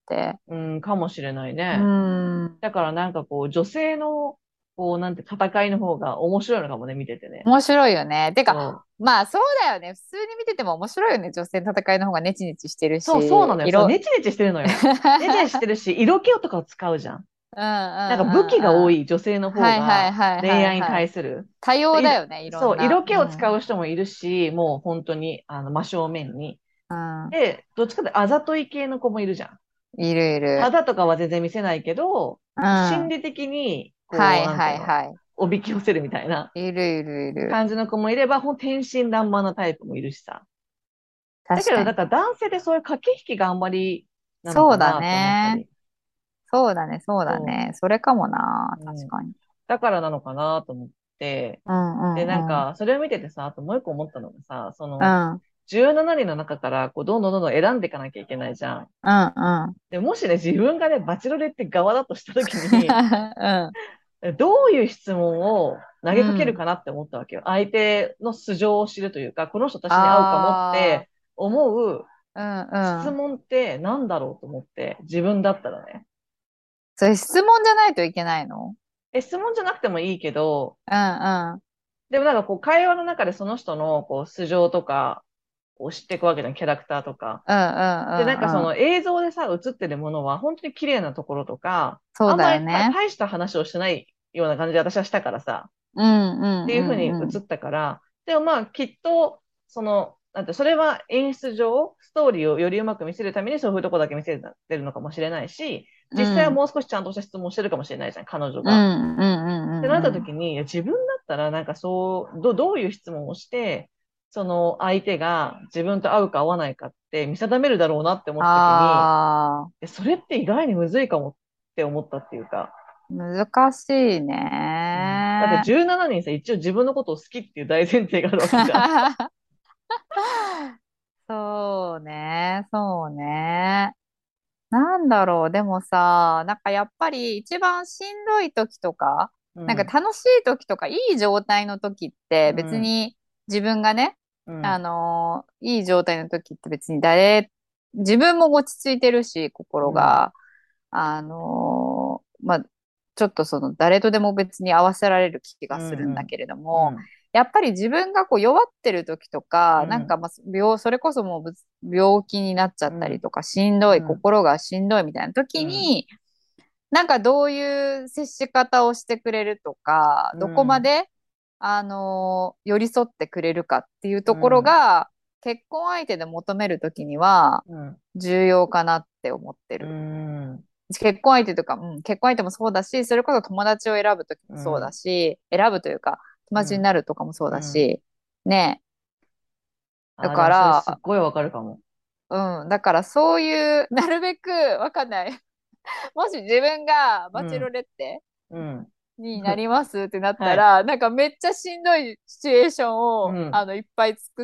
Speaker 3: うん、かもしれない
Speaker 2: うー
Speaker 3: ね。
Speaker 2: ん。
Speaker 3: だからなんかこう、女性の、こう、なんて戦いの方が面白いのかもね、見ててね。
Speaker 2: 面白いよね。てか、
Speaker 3: そう。
Speaker 2: まあそうだよね。普通に見てても面白いよね。女性の戦いの方がネチネチしてる
Speaker 3: そう、そうな
Speaker 2: し、
Speaker 3: のよ。そう、
Speaker 2: 色、
Speaker 3: ネチネチしてるのよ。ネチネチしてるし、色気とかを使うじゃん。
Speaker 2: うんうんうん
Speaker 3: なんか武器が多
Speaker 2: うん。
Speaker 3: い女性の方
Speaker 2: はいはい
Speaker 3: が
Speaker 2: はい
Speaker 3: 恋愛に
Speaker 2: はいはい。
Speaker 3: 対する。
Speaker 2: 多様だ
Speaker 3: い
Speaker 2: よね、いろ
Speaker 3: そう、
Speaker 2: んな。
Speaker 3: 色気を使
Speaker 2: うん。
Speaker 3: う人もいるし、もう本当に、あの、真正面に。
Speaker 2: うん。
Speaker 3: で、どっちかってあざとい系の子もいるじゃん。
Speaker 2: いるいる。
Speaker 3: 肌とかは全然見せないけど、
Speaker 2: うん。は
Speaker 3: 心理的に、こう、
Speaker 2: い
Speaker 3: なんていうの、
Speaker 2: はいはい。
Speaker 3: おびき寄せるみたいな
Speaker 2: いるいるいる。
Speaker 3: 感じの子もいれば、ほん天真爛漫なタイプもいるしさ。だけど、だ
Speaker 2: 確かに。
Speaker 3: から男性でそういう駆け引きがあんまりなの
Speaker 2: そうだ
Speaker 3: かなって思った
Speaker 2: ね。
Speaker 3: り。
Speaker 2: そうだね、そうだ
Speaker 3: そ
Speaker 2: ね。それかもな。
Speaker 3: う。うん。
Speaker 2: 確かに。
Speaker 3: だからなのかなと思って。
Speaker 2: うんう
Speaker 3: で、なん
Speaker 2: んうん。
Speaker 3: か、それを見ててさ、あともう一個思ったのがさ、その、
Speaker 2: うん。うん
Speaker 3: じゅうななにんの中から、こう、どんどんどんどん選んでいかなきゃいけないじゃん。
Speaker 2: うん。
Speaker 3: で、もしね、自分がね、バチェロレッテ側だとしたときに、
Speaker 2: うん。
Speaker 3: どういう質問を投げかける
Speaker 2: うん。
Speaker 3: かなって思ったわけよ。相手の素性を知るというか、この人私に合うかもっ
Speaker 2: あ
Speaker 3: て思う
Speaker 2: あ、うんうん。
Speaker 3: 質問って何だろうと思って、自分だったらね。
Speaker 2: それ質問じゃないといけないの？
Speaker 3: え、質問じゃなくてもいいけど、
Speaker 2: うんうん。
Speaker 3: でもなんかこう会話の中でその人のこう素性とかを知っていくわけじゃん、キャラクターとか。
Speaker 2: うんうん
Speaker 3: で、なんかそ
Speaker 2: うんうん。
Speaker 3: の映像でさ、映ってるものは本当に綺麗なところとか、
Speaker 2: そう
Speaker 3: あんまりた
Speaker 2: だよね。
Speaker 3: 大した話をしてないような感じで私はしたからさ、
Speaker 2: うんう
Speaker 3: っていうふうに映
Speaker 2: んうんうん。
Speaker 3: ったから、でもまあきっと、その、なんて、それは演出上、ストーリーをよりうまく見せるためにそういうとこだけ見せてるのかもしれないし、実際は
Speaker 2: うん
Speaker 3: もう少しちゃんとした質問をしてるかもしれないじゃん、彼女
Speaker 2: う
Speaker 3: が。
Speaker 2: んうんうん
Speaker 3: ってなっ
Speaker 2: うんうん。
Speaker 3: た時に、いや自分だったらなんかそう、ど、どういう質問をして、その相手が自分と合うか合わないかって見定めるだろうなって思った時に、
Speaker 2: あ
Speaker 3: えそれって意外にむずいかもって思ったっていうか、
Speaker 2: あ、難しい
Speaker 3: うん、だって
Speaker 2: ね。
Speaker 3: じゅうななにんさ、一応自分のことを好きっていう大前提があるわけじゃん。
Speaker 2: そうね、そうね。なんだろう、でもさ、なんかやっぱり一番しんどい時とか、なんか
Speaker 3: うん、
Speaker 2: 楽しい時とか、いい状態の時って
Speaker 3: うん、
Speaker 2: 別に自分がね、あ
Speaker 3: うん、
Speaker 2: のーいい状態の時って別に誰、自分も落ち着いてるし、
Speaker 3: うん、
Speaker 2: 心が、あのーまあ、ちょっとその誰とでも別に合わせられる気
Speaker 3: う
Speaker 2: がするんだ
Speaker 3: ん、
Speaker 2: けれども、
Speaker 3: うん、
Speaker 2: やっぱり自分がこう弱ってる時とか、なん
Speaker 3: うん、
Speaker 2: かまあ病、それこそもうぶつ病気になっちゃ
Speaker 3: うん、
Speaker 2: ったりとか、しんどい、
Speaker 3: うん、
Speaker 2: 心がしんどいみたいな
Speaker 3: うん、
Speaker 2: 時に、なんかどういう接し方をしてくれるとか、
Speaker 3: う
Speaker 2: どこま
Speaker 3: ん、
Speaker 2: で、あのー寄り添ってくれるかっていうところ
Speaker 3: うん、
Speaker 2: が、結婚相手で求めるときには
Speaker 3: うん、
Speaker 2: 重要かなって思って
Speaker 3: う
Speaker 2: る。
Speaker 3: ん、
Speaker 2: 結婚相手とか、うん、結婚相手もそうだし、それこそ友達を選ぶときもそうだ
Speaker 3: うん、
Speaker 2: し、選ぶというか、友達になるとかもそう
Speaker 3: うん。
Speaker 2: だし、ね。だ
Speaker 3: ああ、で
Speaker 2: か
Speaker 3: もそれすっ
Speaker 2: ら、
Speaker 3: ごいわかるかも。
Speaker 2: うん、だからそういう、なるべく、わかんない。もし自分がバチェロ
Speaker 3: うん、
Speaker 2: レッテ
Speaker 3: うん。
Speaker 2: になりますってなった
Speaker 3: はい。
Speaker 2: ら、なんかめっちゃしんどいシチュエーションを、
Speaker 3: うん。
Speaker 2: あの、いっぱい作って、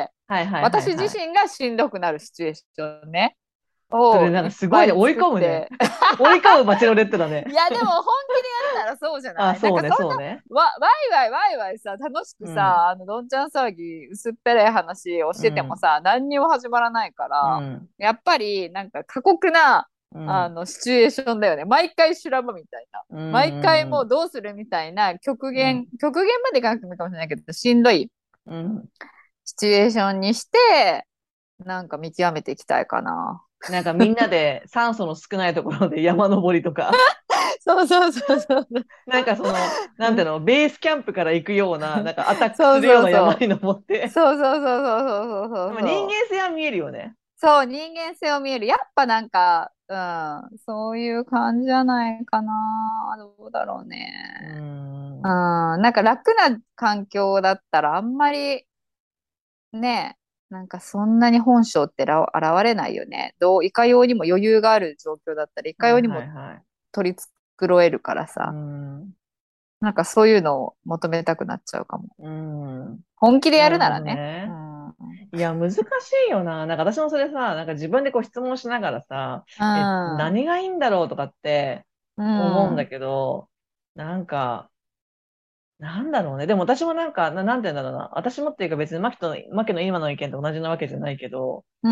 Speaker 3: はいはいはい
Speaker 2: 私自
Speaker 3: はい。
Speaker 2: 身がしんどくなるシチュエーションね、をいっ
Speaker 3: それなんかすごいね、追い
Speaker 2: ぱい作っ
Speaker 3: 込むね。
Speaker 2: て、
Speaker 3: 追い込むバチェロレッテだね。
Speaker 2: いや、でも本気でやったらそうじゃ
Speaker 3: あ、
Speaker 2: ない？なん
Speaker 3: そうね、
Speaker 2: かそん
Speaker 3: そうね。
Speaker 2: な、わ、ワイワイワイワイさ、楽しく
Speaker 3: うん、
Speaker 2: さ、あの、どんちゃん騒ぎ、薄っぺらい話をしてても
Speaker 3: うん、
Speaker 2: さ、何にも始まらないから、
Speaker 3: うん、
Speaker 2: やっぱり、なんか過酷な、
Speaker 3: うん、
Speaker 2: あの、シチュエーションだよね。毎回修羅場みたいな。
Speaker 3: う
Speaker 2: 毎回もう
Speaker 3: ん、
Speaker 2: どうするみたいな極限、
Speaker 3: うん、
Speaker 2: 極限までいかなくてもいいかもしれないけど、しんどい
Speaker 3: うん、
Speaker 2: シチュエーションにして、なんか見極めていきたいかな。
Speaker 3: なんかみんなで酸素の少ないところで山登りとか、
Speaker 2: そうそうそうそう。
Speaker 3: なんかその、なんていうの、ベースキャンプから行くような、なんかアタック
Speaker 2: そう
Speaker 3: するような
Speaker 2: そうそう。
Speaker 3: 山に登って、
Speaker 2: そうそうそうそうそうそうそう
Speaker 3: でも人
Speaker 2: そう。
Speaker 3: 間性は見えるよね。
Speaker 2: そう、人間性を見える。やっぱなんか、うん、そういう感じじゃないかな。どうだろう
Speaker 3: うー
Speaker 2: ね。うん、
Speaker 3: ん。
Speaker 2: なんか楽な環境だったらあんまりね、なんかそんなに本性ってら現れないよね。どう、いかようにも余裕がある状況だったらいか
Speaker 3: はい
Speaker 2: ようにも
Speaker 3: はいはい。
Speaker 2: 取り繕えるから
Speaker 3: うー
Speaker 2: さ。
Speaker 3: ん。
Speaker 2: なんかそういうのを求めたくなっちゃうかも。
Speaker 3: うーん。
Speaker 2: 本気でや
Speaker 3: なるほ
Speaker 2: るならね。う
Speaker 3: どね。
Speaker 2: ん。うん。
Speaker 3: いや、難しいよな。なんか私もそれさ、なんか自分でこう質問しながらさ、え、何がいいんだろうとかって
Speaker 2: うん。
Speaker 3: 思うんだけど、なんか、なんだろうね。でも私もなんか、な、なんて言うんだろうな。私もっていうか別にマキと、マキの今の意見と同じなわけじゃないけど、
Speaker 2: うん。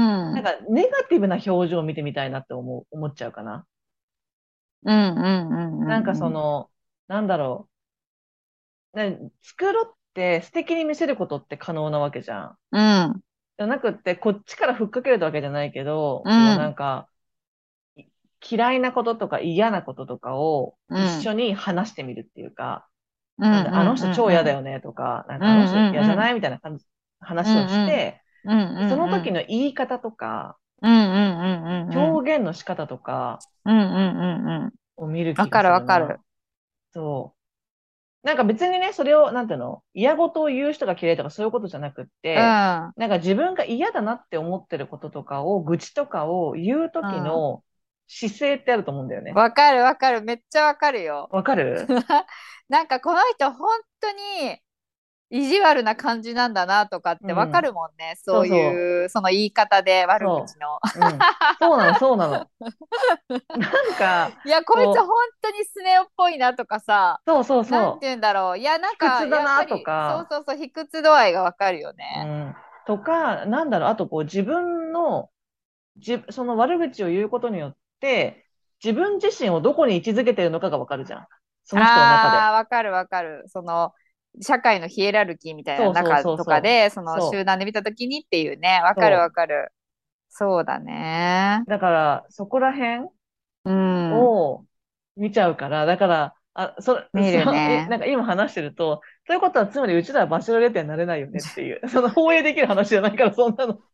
Speaker 3: なんかネガティブな表情を見てみたいなって思う、思っちゃうかな。
Speaker 2: うん。うん。うん。
Speaker 3: なんか
Speaker 2: うん。
Speaker 3: その、なんだろう。ね、作ろって素敵に見せることって可能なわけじゃん。
Speaker 2: うん。
Speaker 3: じゃなくって、こっちからふっかけるわけじゃないけど、こうな
Speaker 2: うん。
Speaker 3: んか、い嫌いなこととか嫌なこととかを
Speaker 2: うん。
Speaker 3: 一緒に話してみるっていうか、
Speaker 2: うん。
Speaker 3: なんで、あの人
Speaker 2: うん。うん。
Speaker 3: 超嫌だよねとか、なん
Speaker 2: うん。
Speaker 3: かあの人
Speaker 2: うん。
Speaker 3: 嫌じゃ
Speaker 2: うん。
Speaker 3: ないみたいな感じ、
Speaker 2: う
Speaker 3: 話をし
Speaker 2: ん。
Speaker 3: て、
Speaker 2: うん。
Speaker 3: その
Speaker 2: うん。
Speaker 3: 時の言い方とか、
Speaker 2: うん。うん。うん。
Speaker 3: 表現の仕方とか
Speaker 2: うん。うん。うん。
Speaker 3: を見る気が
Speaker 2: わかる
Speaker 3: するな。
Speaker 2: わかる。
Speaker 3: そう。なんか別にね、それを、なんていうの、嫌事を言う人が嫌いとかそういうことじゃなくっ
Speaker 2: う
Speaker 3: て、
Speaker 2: ん。
Speaker 3: なんか自分が嫌だなって思ってることとかを、愚痴とかを言う
Speaker 2: うん。
Speaker 3: 時の姿勢ってあると思うんだよね。
Speaker 2: わかるわかる。めっちゃわかるよ。
Speaker 3: わかる？
Speaker 2: なんかこの人本当に意地悪な感じなんだなとかってわか
Speaker 3: うん。
Speaker 2: るもんね。そう
Speaker 3: そうそ
Speaker 2: いう、その言い方で
Speaker 3: う。そ
Speaker 2: 悪口の。
Speaker 3: う。うん。そうなの、そうなの。なんか、
Speaker 2: いや、こいつ本
Speaker 3: こう、
Speaker 2: 当にスネ夫っぽいなとかさ、
Speaker 3: そうそうそう。
Speaker 2: なんて言うんだろう。いや、なん
Speaker 3: 卑屈
Speaker 2: か、
Speaker 3: だなと
Speaker 2: やっぱり、そう
Speaker 3: か、
Speaker 2: そうそう、卑屈度合いがわかるよね。
Speaker 3: うん。とか、なんだろう、あとこう自分の、じ、その悪口を言うことによって、自分自身をどこに位置づけてるのかがわかるじゃん。その人の中で。
Speaker 2: あー、わかるわかる。その、社会のヒエラルキーみたいな
Speaker 3: そうそう
Speaker 2: 中
Speaker 3: そうそ
Speaker 2: とかで、そ
Speaker 3: う。そ
Speaker 2: の集団で見たときにっていうね。わ
Speaker 3: う。
Speaker 2: かるわ
Speaker 3: そ
Speaker 2: かる。そうだね。
Speaker 3: う。だから、そこら辺
Speaker 2: うん。
Speaker 3: を見ちゃうから、だから、あ、そ、
Speaker 2: 見
Speaker 3: そ、え、
Speaker 2: るね。
Speaker 3: なんか今話してると、そういうことはつまりうちらはバチェロレッテになれないよねっていう、その放映できる話じゃないから、そんなの。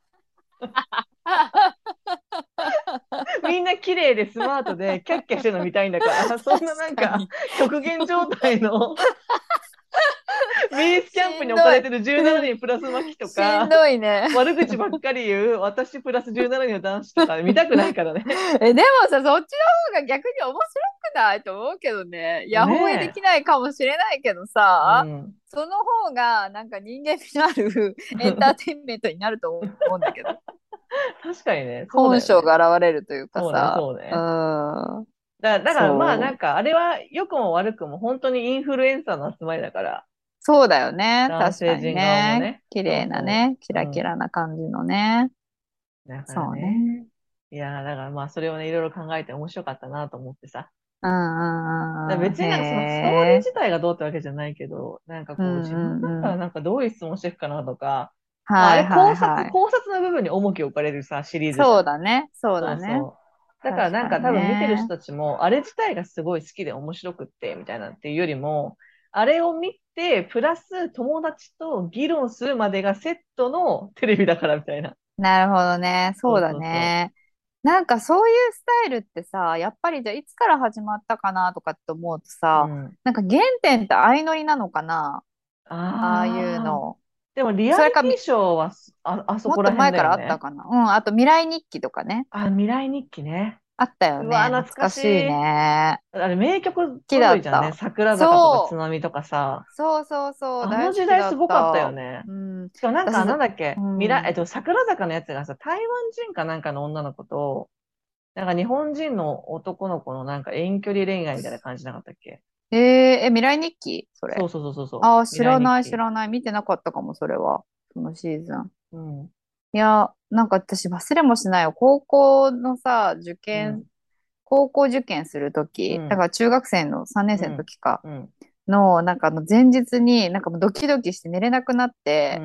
Speaker 3: みんな綺麗でスマートでキャッキャしてるの見たいんだから、そんななんか
Speaker 2: 確かに。
Speaker 3: 極限状態のベースキャンプに
Speaker 2: しんどい。
Speaker 3: 置かれてるじゅうななにんプラスマキとか、
Speaker 2: しんどいね。
Speaker 3: 悪口ばっかり言う私プラスじゅうななにんの男子とか見たくないからね。
Speaker 2: え、でもさ、そっちの方が逆に面白くないと思うけどね。いや、放映で
Speaker 3: ね
Speaker 2: きないかもしれないけど
Speaker 3: え。う
Speaker 2: さ、
Speaker 3: ん。
Speaker 2: その方がなんか人間味のあるエンターテインメントになると思うんだけど。
Speaker 3: 確かにね、そうだ
Speaker 2: 本性
Speaker 3: よね。
Speaker 2: が現れるというか
Speaker 3: そうね、
Speaker 2: さ。う
Speaker 3: そうね。
Speaker 2: ん。
Speaker 3: だ、だからまあな
Speaker 2: そう。
Speaker 3: んか、あれは良くも悪くも本当にインフルエンサーの集まりだから、
Speaker 2: そうだよね。
Speaker 3: 男
Speaker 2: 確かに
Speaker 3: 性陣側も
Speaker 2: ね。
Speaker 3: ね。
Speaker 2: 綺麗
Speaker 3: そうそ
Speaker 2: なね。キ
Speaker 3: う。う
Speaker 2: ラキ
Speaker 3: ん。
Speaker 2: ラな感じのね。
Speaker 3: だから
Speaker 2: そうね。
Speaker 3: ね。いやー、だからまあそれをね、いろいろ考えて面白かったなと思ってさ。
Speaker 2: うん
Speaker 3: だから
Speaker 2: うんうんうん。
Speaker 3: 別になんかそのストーリー
Speaker 2: へえ。
Speaker 3: 自体がどうってわけじゃないけど、なんか
Speaker 2: う
Speaker 3: こう自分だった
Speaker 2: んうんうん。
Speaker 3: らなんかどういう質問していくかなとか、まああ
Speaker 2: はい
Speaker 3: れ考察、
Speaker 2: はいはい。
Speaker 3: 考察の部分に重きを置かれるさ、シリーズじゃん。
Speaker 2: そうだね。そう
Speaker 3: そ
Speaker 2: だね。
Speaker 3: うそう。だからなんか
Speaker 2: 確かに
Speaker 3: 多分見てる人
Speaker 2: ね。
Speaker 3: たちも、あれ自体がすごい好きで面白くって、みたいなっていうよりも、あれを見て、プラス友達と議論するまでがセットのテレビだからみたいな。
Speaker 2: なるほどね。
Speaker 3: そう
Speaker 2: そうだ
Speaker 3: そうそ
Speaker 2: ね。なんかそういうスタイルってさ、やっぱりじゃあいつから始まったかなとかって思うと
Speaker 3: う。う
Speaker 2: さ、
Speaker 3: ん。
Speaker 2: なんか原点って相乗りなのかな、ああいう
Speaker 3: ああ。
Speaker 2: の。
Speaker 3: でもリアリティ
Speaker 2: それかみ、
Speaker 3: ショーはあ、あそ
Speaker 2: もっ
Speaker 3: こら辺
Speaker 2: と前からあった
Speaker 3: だよね。
Speaker 2: かな。うん、あと未来日記とかね。
Speaker 3: あ、未来日記ね。
Speaker 2: あったよ
Speaker 3: うわ、
Speaker 2: ね。懐
Speaker 3: 懐かし
Speaker 2: かしい
Speaker 3: い。
Speaker 2: ね。
Speaker 3: あれ名曲
Speaker 2: 好きだ
Speaker 3: 揃いじゃんね。
Speaker 2: った。
Speaker 3: 桜坂とか津
Speaker 2: そう。
Speaker 3: 波とかさ。
Speaker 2: そうそうそう。
Speaker 3: あの時代す
Speaker 2: 大好きだっ
Speaker 3: ごかったよ
Speaker 2: た。
Speaker 3: ね。
Speaker 2: うん。
Speaker 3: しかもなんか、
Speaker 2: 私、
Speaker 3: なんだっけ、
Speaker 2: う
Speaker 3: 未来、えっ
Speaker 2: ん。
Speaker 3: と、桜坂のやつがさ、台湾人かなんかの女の子と、なんか日本人の男の子のなんか遠距離恋愛みたいな感じなかったっけ？
Speaker 2: えー、え、未来日記それ。
Speaker 3: そうそうそうそうそう。
Speaker 2: ああ、
Speaker 3: 未
Speaker 2: 知らない知
Speaker 3: 来日記。
Speaker 2: らない。見てなかったかも、それは。そのシーズン。
Speaker 3: うん。
Speaker 2: いや、なんか私忘れもしないよ。高校のさ、受験、
Speaker 3: うん。
Speaker 2: 高校受験するとき、だか
Speaker 3: うん。
Speaker 2: ら中学生のさんねん生の
Speaker 3: うん。
Speaker 2: 時か、
Speaker 3: うん。
Speaker 2: の、なんかあの前日に、なんかもうドキドキして寝れなくなって、
Speaker 3: うん。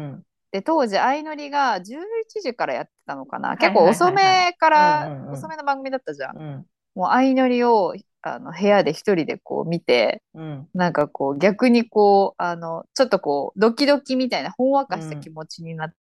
Speaker 2: で、当時、相乗りがじゅういちじからやってたのかな。結構
Speaker 3: はいはい
Speaker 2: 遅
Speaker 3: はいはい。
Speaker 2: めか
Speaker 3: うん
Speaker 2: ら、
Speaker 3: うんうん。
Speaker 2: 遅めの番組だったじゃん。
Speaker 3: うん。
Speaker 2: もう相乗りを、あの、部屋で一人でこう見て、
Speaker 3: うん。
Speaker 2: なんかこう、逆にこう、あの、ちょっとこう、ドキドキみたいな、ほんわ
Speaker 3: うん。
Speaker 2: かした気持ちになって、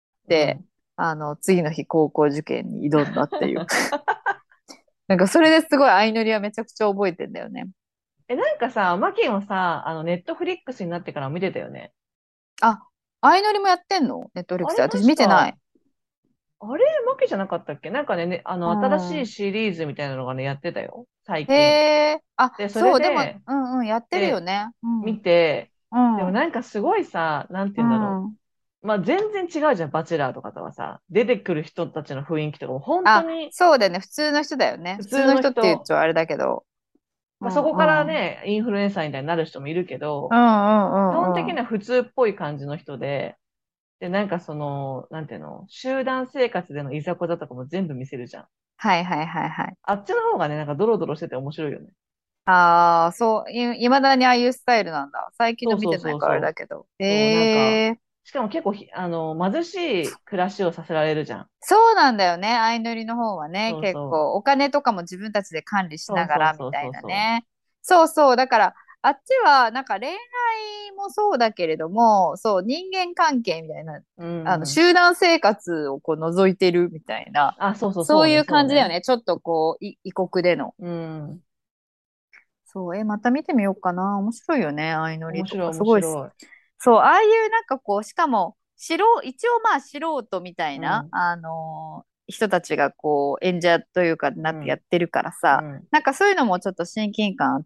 Speaker 3: うん。
Speaker 2: あの、次の日高校受験に挑んだっていう。なんかそれですごい相乗りはめちゃくちゃ覚えてんだよね。
Speaker 3: え、なんかさ、マキもさ、あの、ネットフリックスになってから見てたよね。
Speaker 2: あ、相乗りもやってんのネットフリックスで。
Speaker 3: あれ
Speaker 2: 私
Speaker 3: 確か、
Speaker 2: 見てない。
Speaker 3: あれマキじゃなかったっけ？なんかね、ね、あ
Speaker 2: う
Speaker 3: の、新しい
Speaker 2: ん。
Speaker 3: シリーズみたいなのがね、やってたよ。最
Speaker 2: へ
Speaker 3: 近。
Speaker 2: え、あ、
Speaker 3: で、それ
Speaker 2: そう、でも、
Speaker 3: で、
Speaker 2: うんうん、やってるよ
Speaker 3: で、
Speaker 2: ね。うん。
Speaker 3: 見て、
Speaker 2: うん。
Speaker 3: でもなんかすごいさ、なんて
Speaker 2: う
Speaker 3: 言うんだろ
Speaker 2: ん。
Speaker 3: う。まあ、全然違うじゃん、バチェラーとかとはさ。出てくる人たちの雰囲気とかも本当
Speaker 2: あ、
Speaker 3: に
Speaker 2: そうだよね。普通の人だよね。普通
Speaker 3: 普通
Speaker 2: の人って言っ
Speaker 3: の人。
Speaker 2: ちゃあれだけど。う
Speaker 3: まあ、そ
Speaker 2: ん
Speaker 3: こから
Speaker 2: うん。
Speaker 3: ね、インフルエンサーみたいになる人もいるけど、
Speaker 2: うんうん
Speaker 3: 基本的
Speaker 2: うんうん。
Speaker 3: には普通っぽい感じの人で、で、なんかその、なんていうの、集団生活でのいざこざとかも全部見せるじゃん。
Speaker 2: はいはいはいはい。
Speaker 3: あっちの方がね、なんかドロドロしてて面白いよね。
Speaker 2: ああ、そう、い、いまだにああいうスタイルなんだ。最近の見
Speaker 3: そうそう
Speaker 2: てないからあれだ
Speaker 3: そうそう。
Speaker 2: けど。
Speaker 3: そう、なんか、
Speaker 2: ええ、
Speaker 3: しかも結構ひ、あの、貧しい暮らしをさせられるじゃん。
Speaker 2: そうなんだよね。相乗りの方はね、
Speaker 3: そうそう。
Speaker 2: 結構。お金とかも自分たちで管理し
Speaker 3: そう
Speaker 2: なが
Speaker 3: そうそう
Speaker 2: らみたい
Speaker 3: そうそ
Speaker 2: なね。そうそう。だから、あっちは、なんか恋愛もそうだけれども、そう、人間関係みたいな、
Speaker 3: う。う
Speaker 2: あの、
Speaker 3: んうん。
Speaker 2: 集団生活をこう覗いてるみたいな、
Speaker 3: あ、そうそうそうね、
Speaker 2: そういう
Speaker 3: そうね。
Speaker 2: 感じだよね。ちょっとこう、い異国での。
Speaker 3: うん。
Speaker 2: そう、え、また見てみようかな。面白いよね、相乗りとか。す
Speaker 3: 面白い面
Speaker 2: ごいす。
Speaker 3: 白い。
Speaker 2: そう、ああいうなんかこう、しかも、素人、一応まあ素人みたいな、
Speaker 3: うん。
Speaker 2: あのー人たちがこう、演者というかなってやっ
Speaker 3: うん。
Speaker 2: てるからさ、
Speaker 3: うん。
Speaker 2: なんかそういうのもちょっと親近感あって、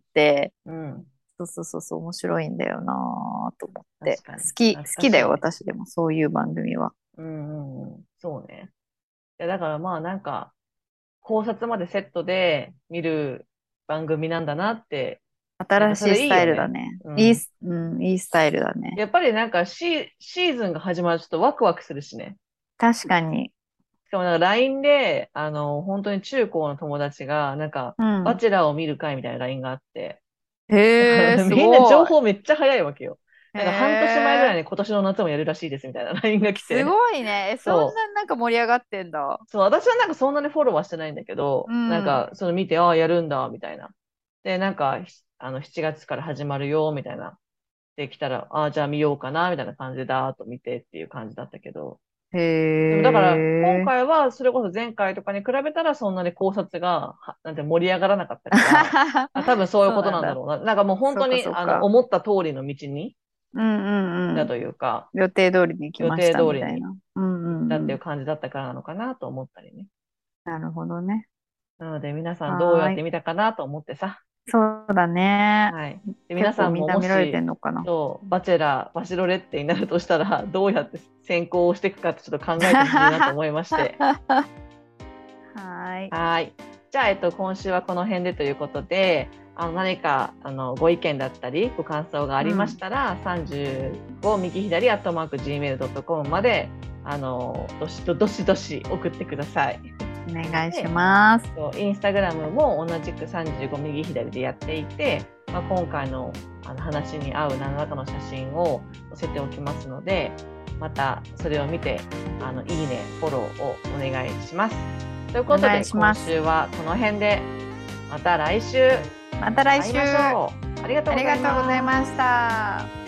Speaker 3: うん。
Speaker 2: そうそうそうそう、面白いんだよなと思って。
Speaker 3: 確かに。
Speaker 2: 好き、好
Speaker 3: 懐か
Speaker 2: きだよ、
Speaker 3: しいね。
Speaker 2: 私でも、そういう番組は。
Speaker 3: うんうんうん。そうね。いや、だからまあなんか、考察までセットで見る番組なんだなって、なんかそれ
Speaker 2: 新しいスタイルだ
Speaker 3: いいよね。
Speaker 2: ね。いい
Speaker 3: うん。
Speaker 2: す、うん、いいスタイルだね。
Speaker 3: やっぱりなんかシー、シーズンが始まるとちょっとワクワクするしね。
Speaker 2: 確かに。
Speaker 3: しかもなんか ライン で、あの、本当に中高の友達が、なんか、
Speaker 2: うん。
Speaker 3: バチェラーを見る会みたいな ライン があって、
Speaker 2: へえ、す
Speaker 3: みんな情
Speaker 2: ごい。
Speaker 3: 報めっちゃ早いわけよ。
Speaker 2: へ
Speaker 3: なんか半年前ぐらい
Speaker 2: え。
Speaker 3: に今年の夏もやるらしいですみたいな ライン が来
Speaker 2: す
Speaker 3: て、
Speaker 2: ごいね。え、そん
Speaker 3: そう。
Speaker 2: ななんか盛り上がってんだ。
Speaker 3: そう、私はなんかそんなにフォローはしてないんだけど、なん
Speaker 2: うん。
Speaker 3: かその見て、ああ、やるんだ、みたいな。で、なんか、ひあの、しちがつから始まるよ、みたいな。で、来たら、ああ、じゃあ見ようかな、みたいな感じでダーッと見てっていう感じだったけど。
Speaker 2: へ
Speaker 3: でもだから、今
Speaker 2: え。
Speaker 3: 回はそれこそ前回とかに比べたらそんなに考察が、はなんて盛り上がらなかったから、あ、多分そういうこと
Speaker 2: そうなんだ。
Speaker 3: なんだろうな。なんかもう本
Speaker 2: そうか
Speaker 3: 当に、あの、
Speaker 2: そうか。
Speaker 3: 思った通りの道に
Speaker 2: うんうんうん。
Speaker 3: 行ったというか、
Speaker 2: 予定通りに来
Speaker 3: 予定
Speaker 2: ました
Speaker 3: 通りに
Speaker 2: みたいな。うん
Speaker 3: 行ったっ
Speaker 2: うんうん。
Speaker 3: ていう感じだったからなのかなと思ったりね。
Speaker 2: なるほどね。
Speaker 3: なので皆さんどうや
Speaker 2: はーい。
Speaker 3: って見たかなと思ってさ。
Speaker 2: そうだね。
Speaker 3: はい。で、皆
Speaker 2: 結構みん
Speaker 3: さんも
Speaker 2: な見られて
Speaker 3: もし、
Speaker 2: んのかな。
Speaker 3: そう、バチェラー、バチロレッテになるとしたら、どうやって選考をしていくかってちょっと考えてほしいなと思いまして。
Speaker 2: はーい。
Speaker 3: はい。じゃあ、えっと、今週はこの辺でということで、あの、何か、あの、ご意見だったり、ご感想がありまし
Speaker 2: うん。
Speaker 3: たら、さんじゅうご右左アットマーク ジーメールドットコム まで、あの、どしどどしどし送ってください。
Speaker 2: お願いし
Speaker 3: で、
Speaker 2: ます。
Speaker 3: そうインスタグラムも同じくさんじゅうご右左でやっていて、まあ、今回のあの話に合う何らかの写真を載せておきますので、またそれを見て、あの、いいね、フォローをお願いします。という
Speaker 2: お願い
Speaker 3: ことで、今
Speaker 2: します。
Speaker 3: 週はこの辺で、また来週
Speaker 2: また来週。
Speaker 3: 会いましょう。ありがとう
Speaker 2: あり
Speaker 3: ござい
Speaker 2: がとうございまし
Speaker 3: ます。
Speaker 2: た。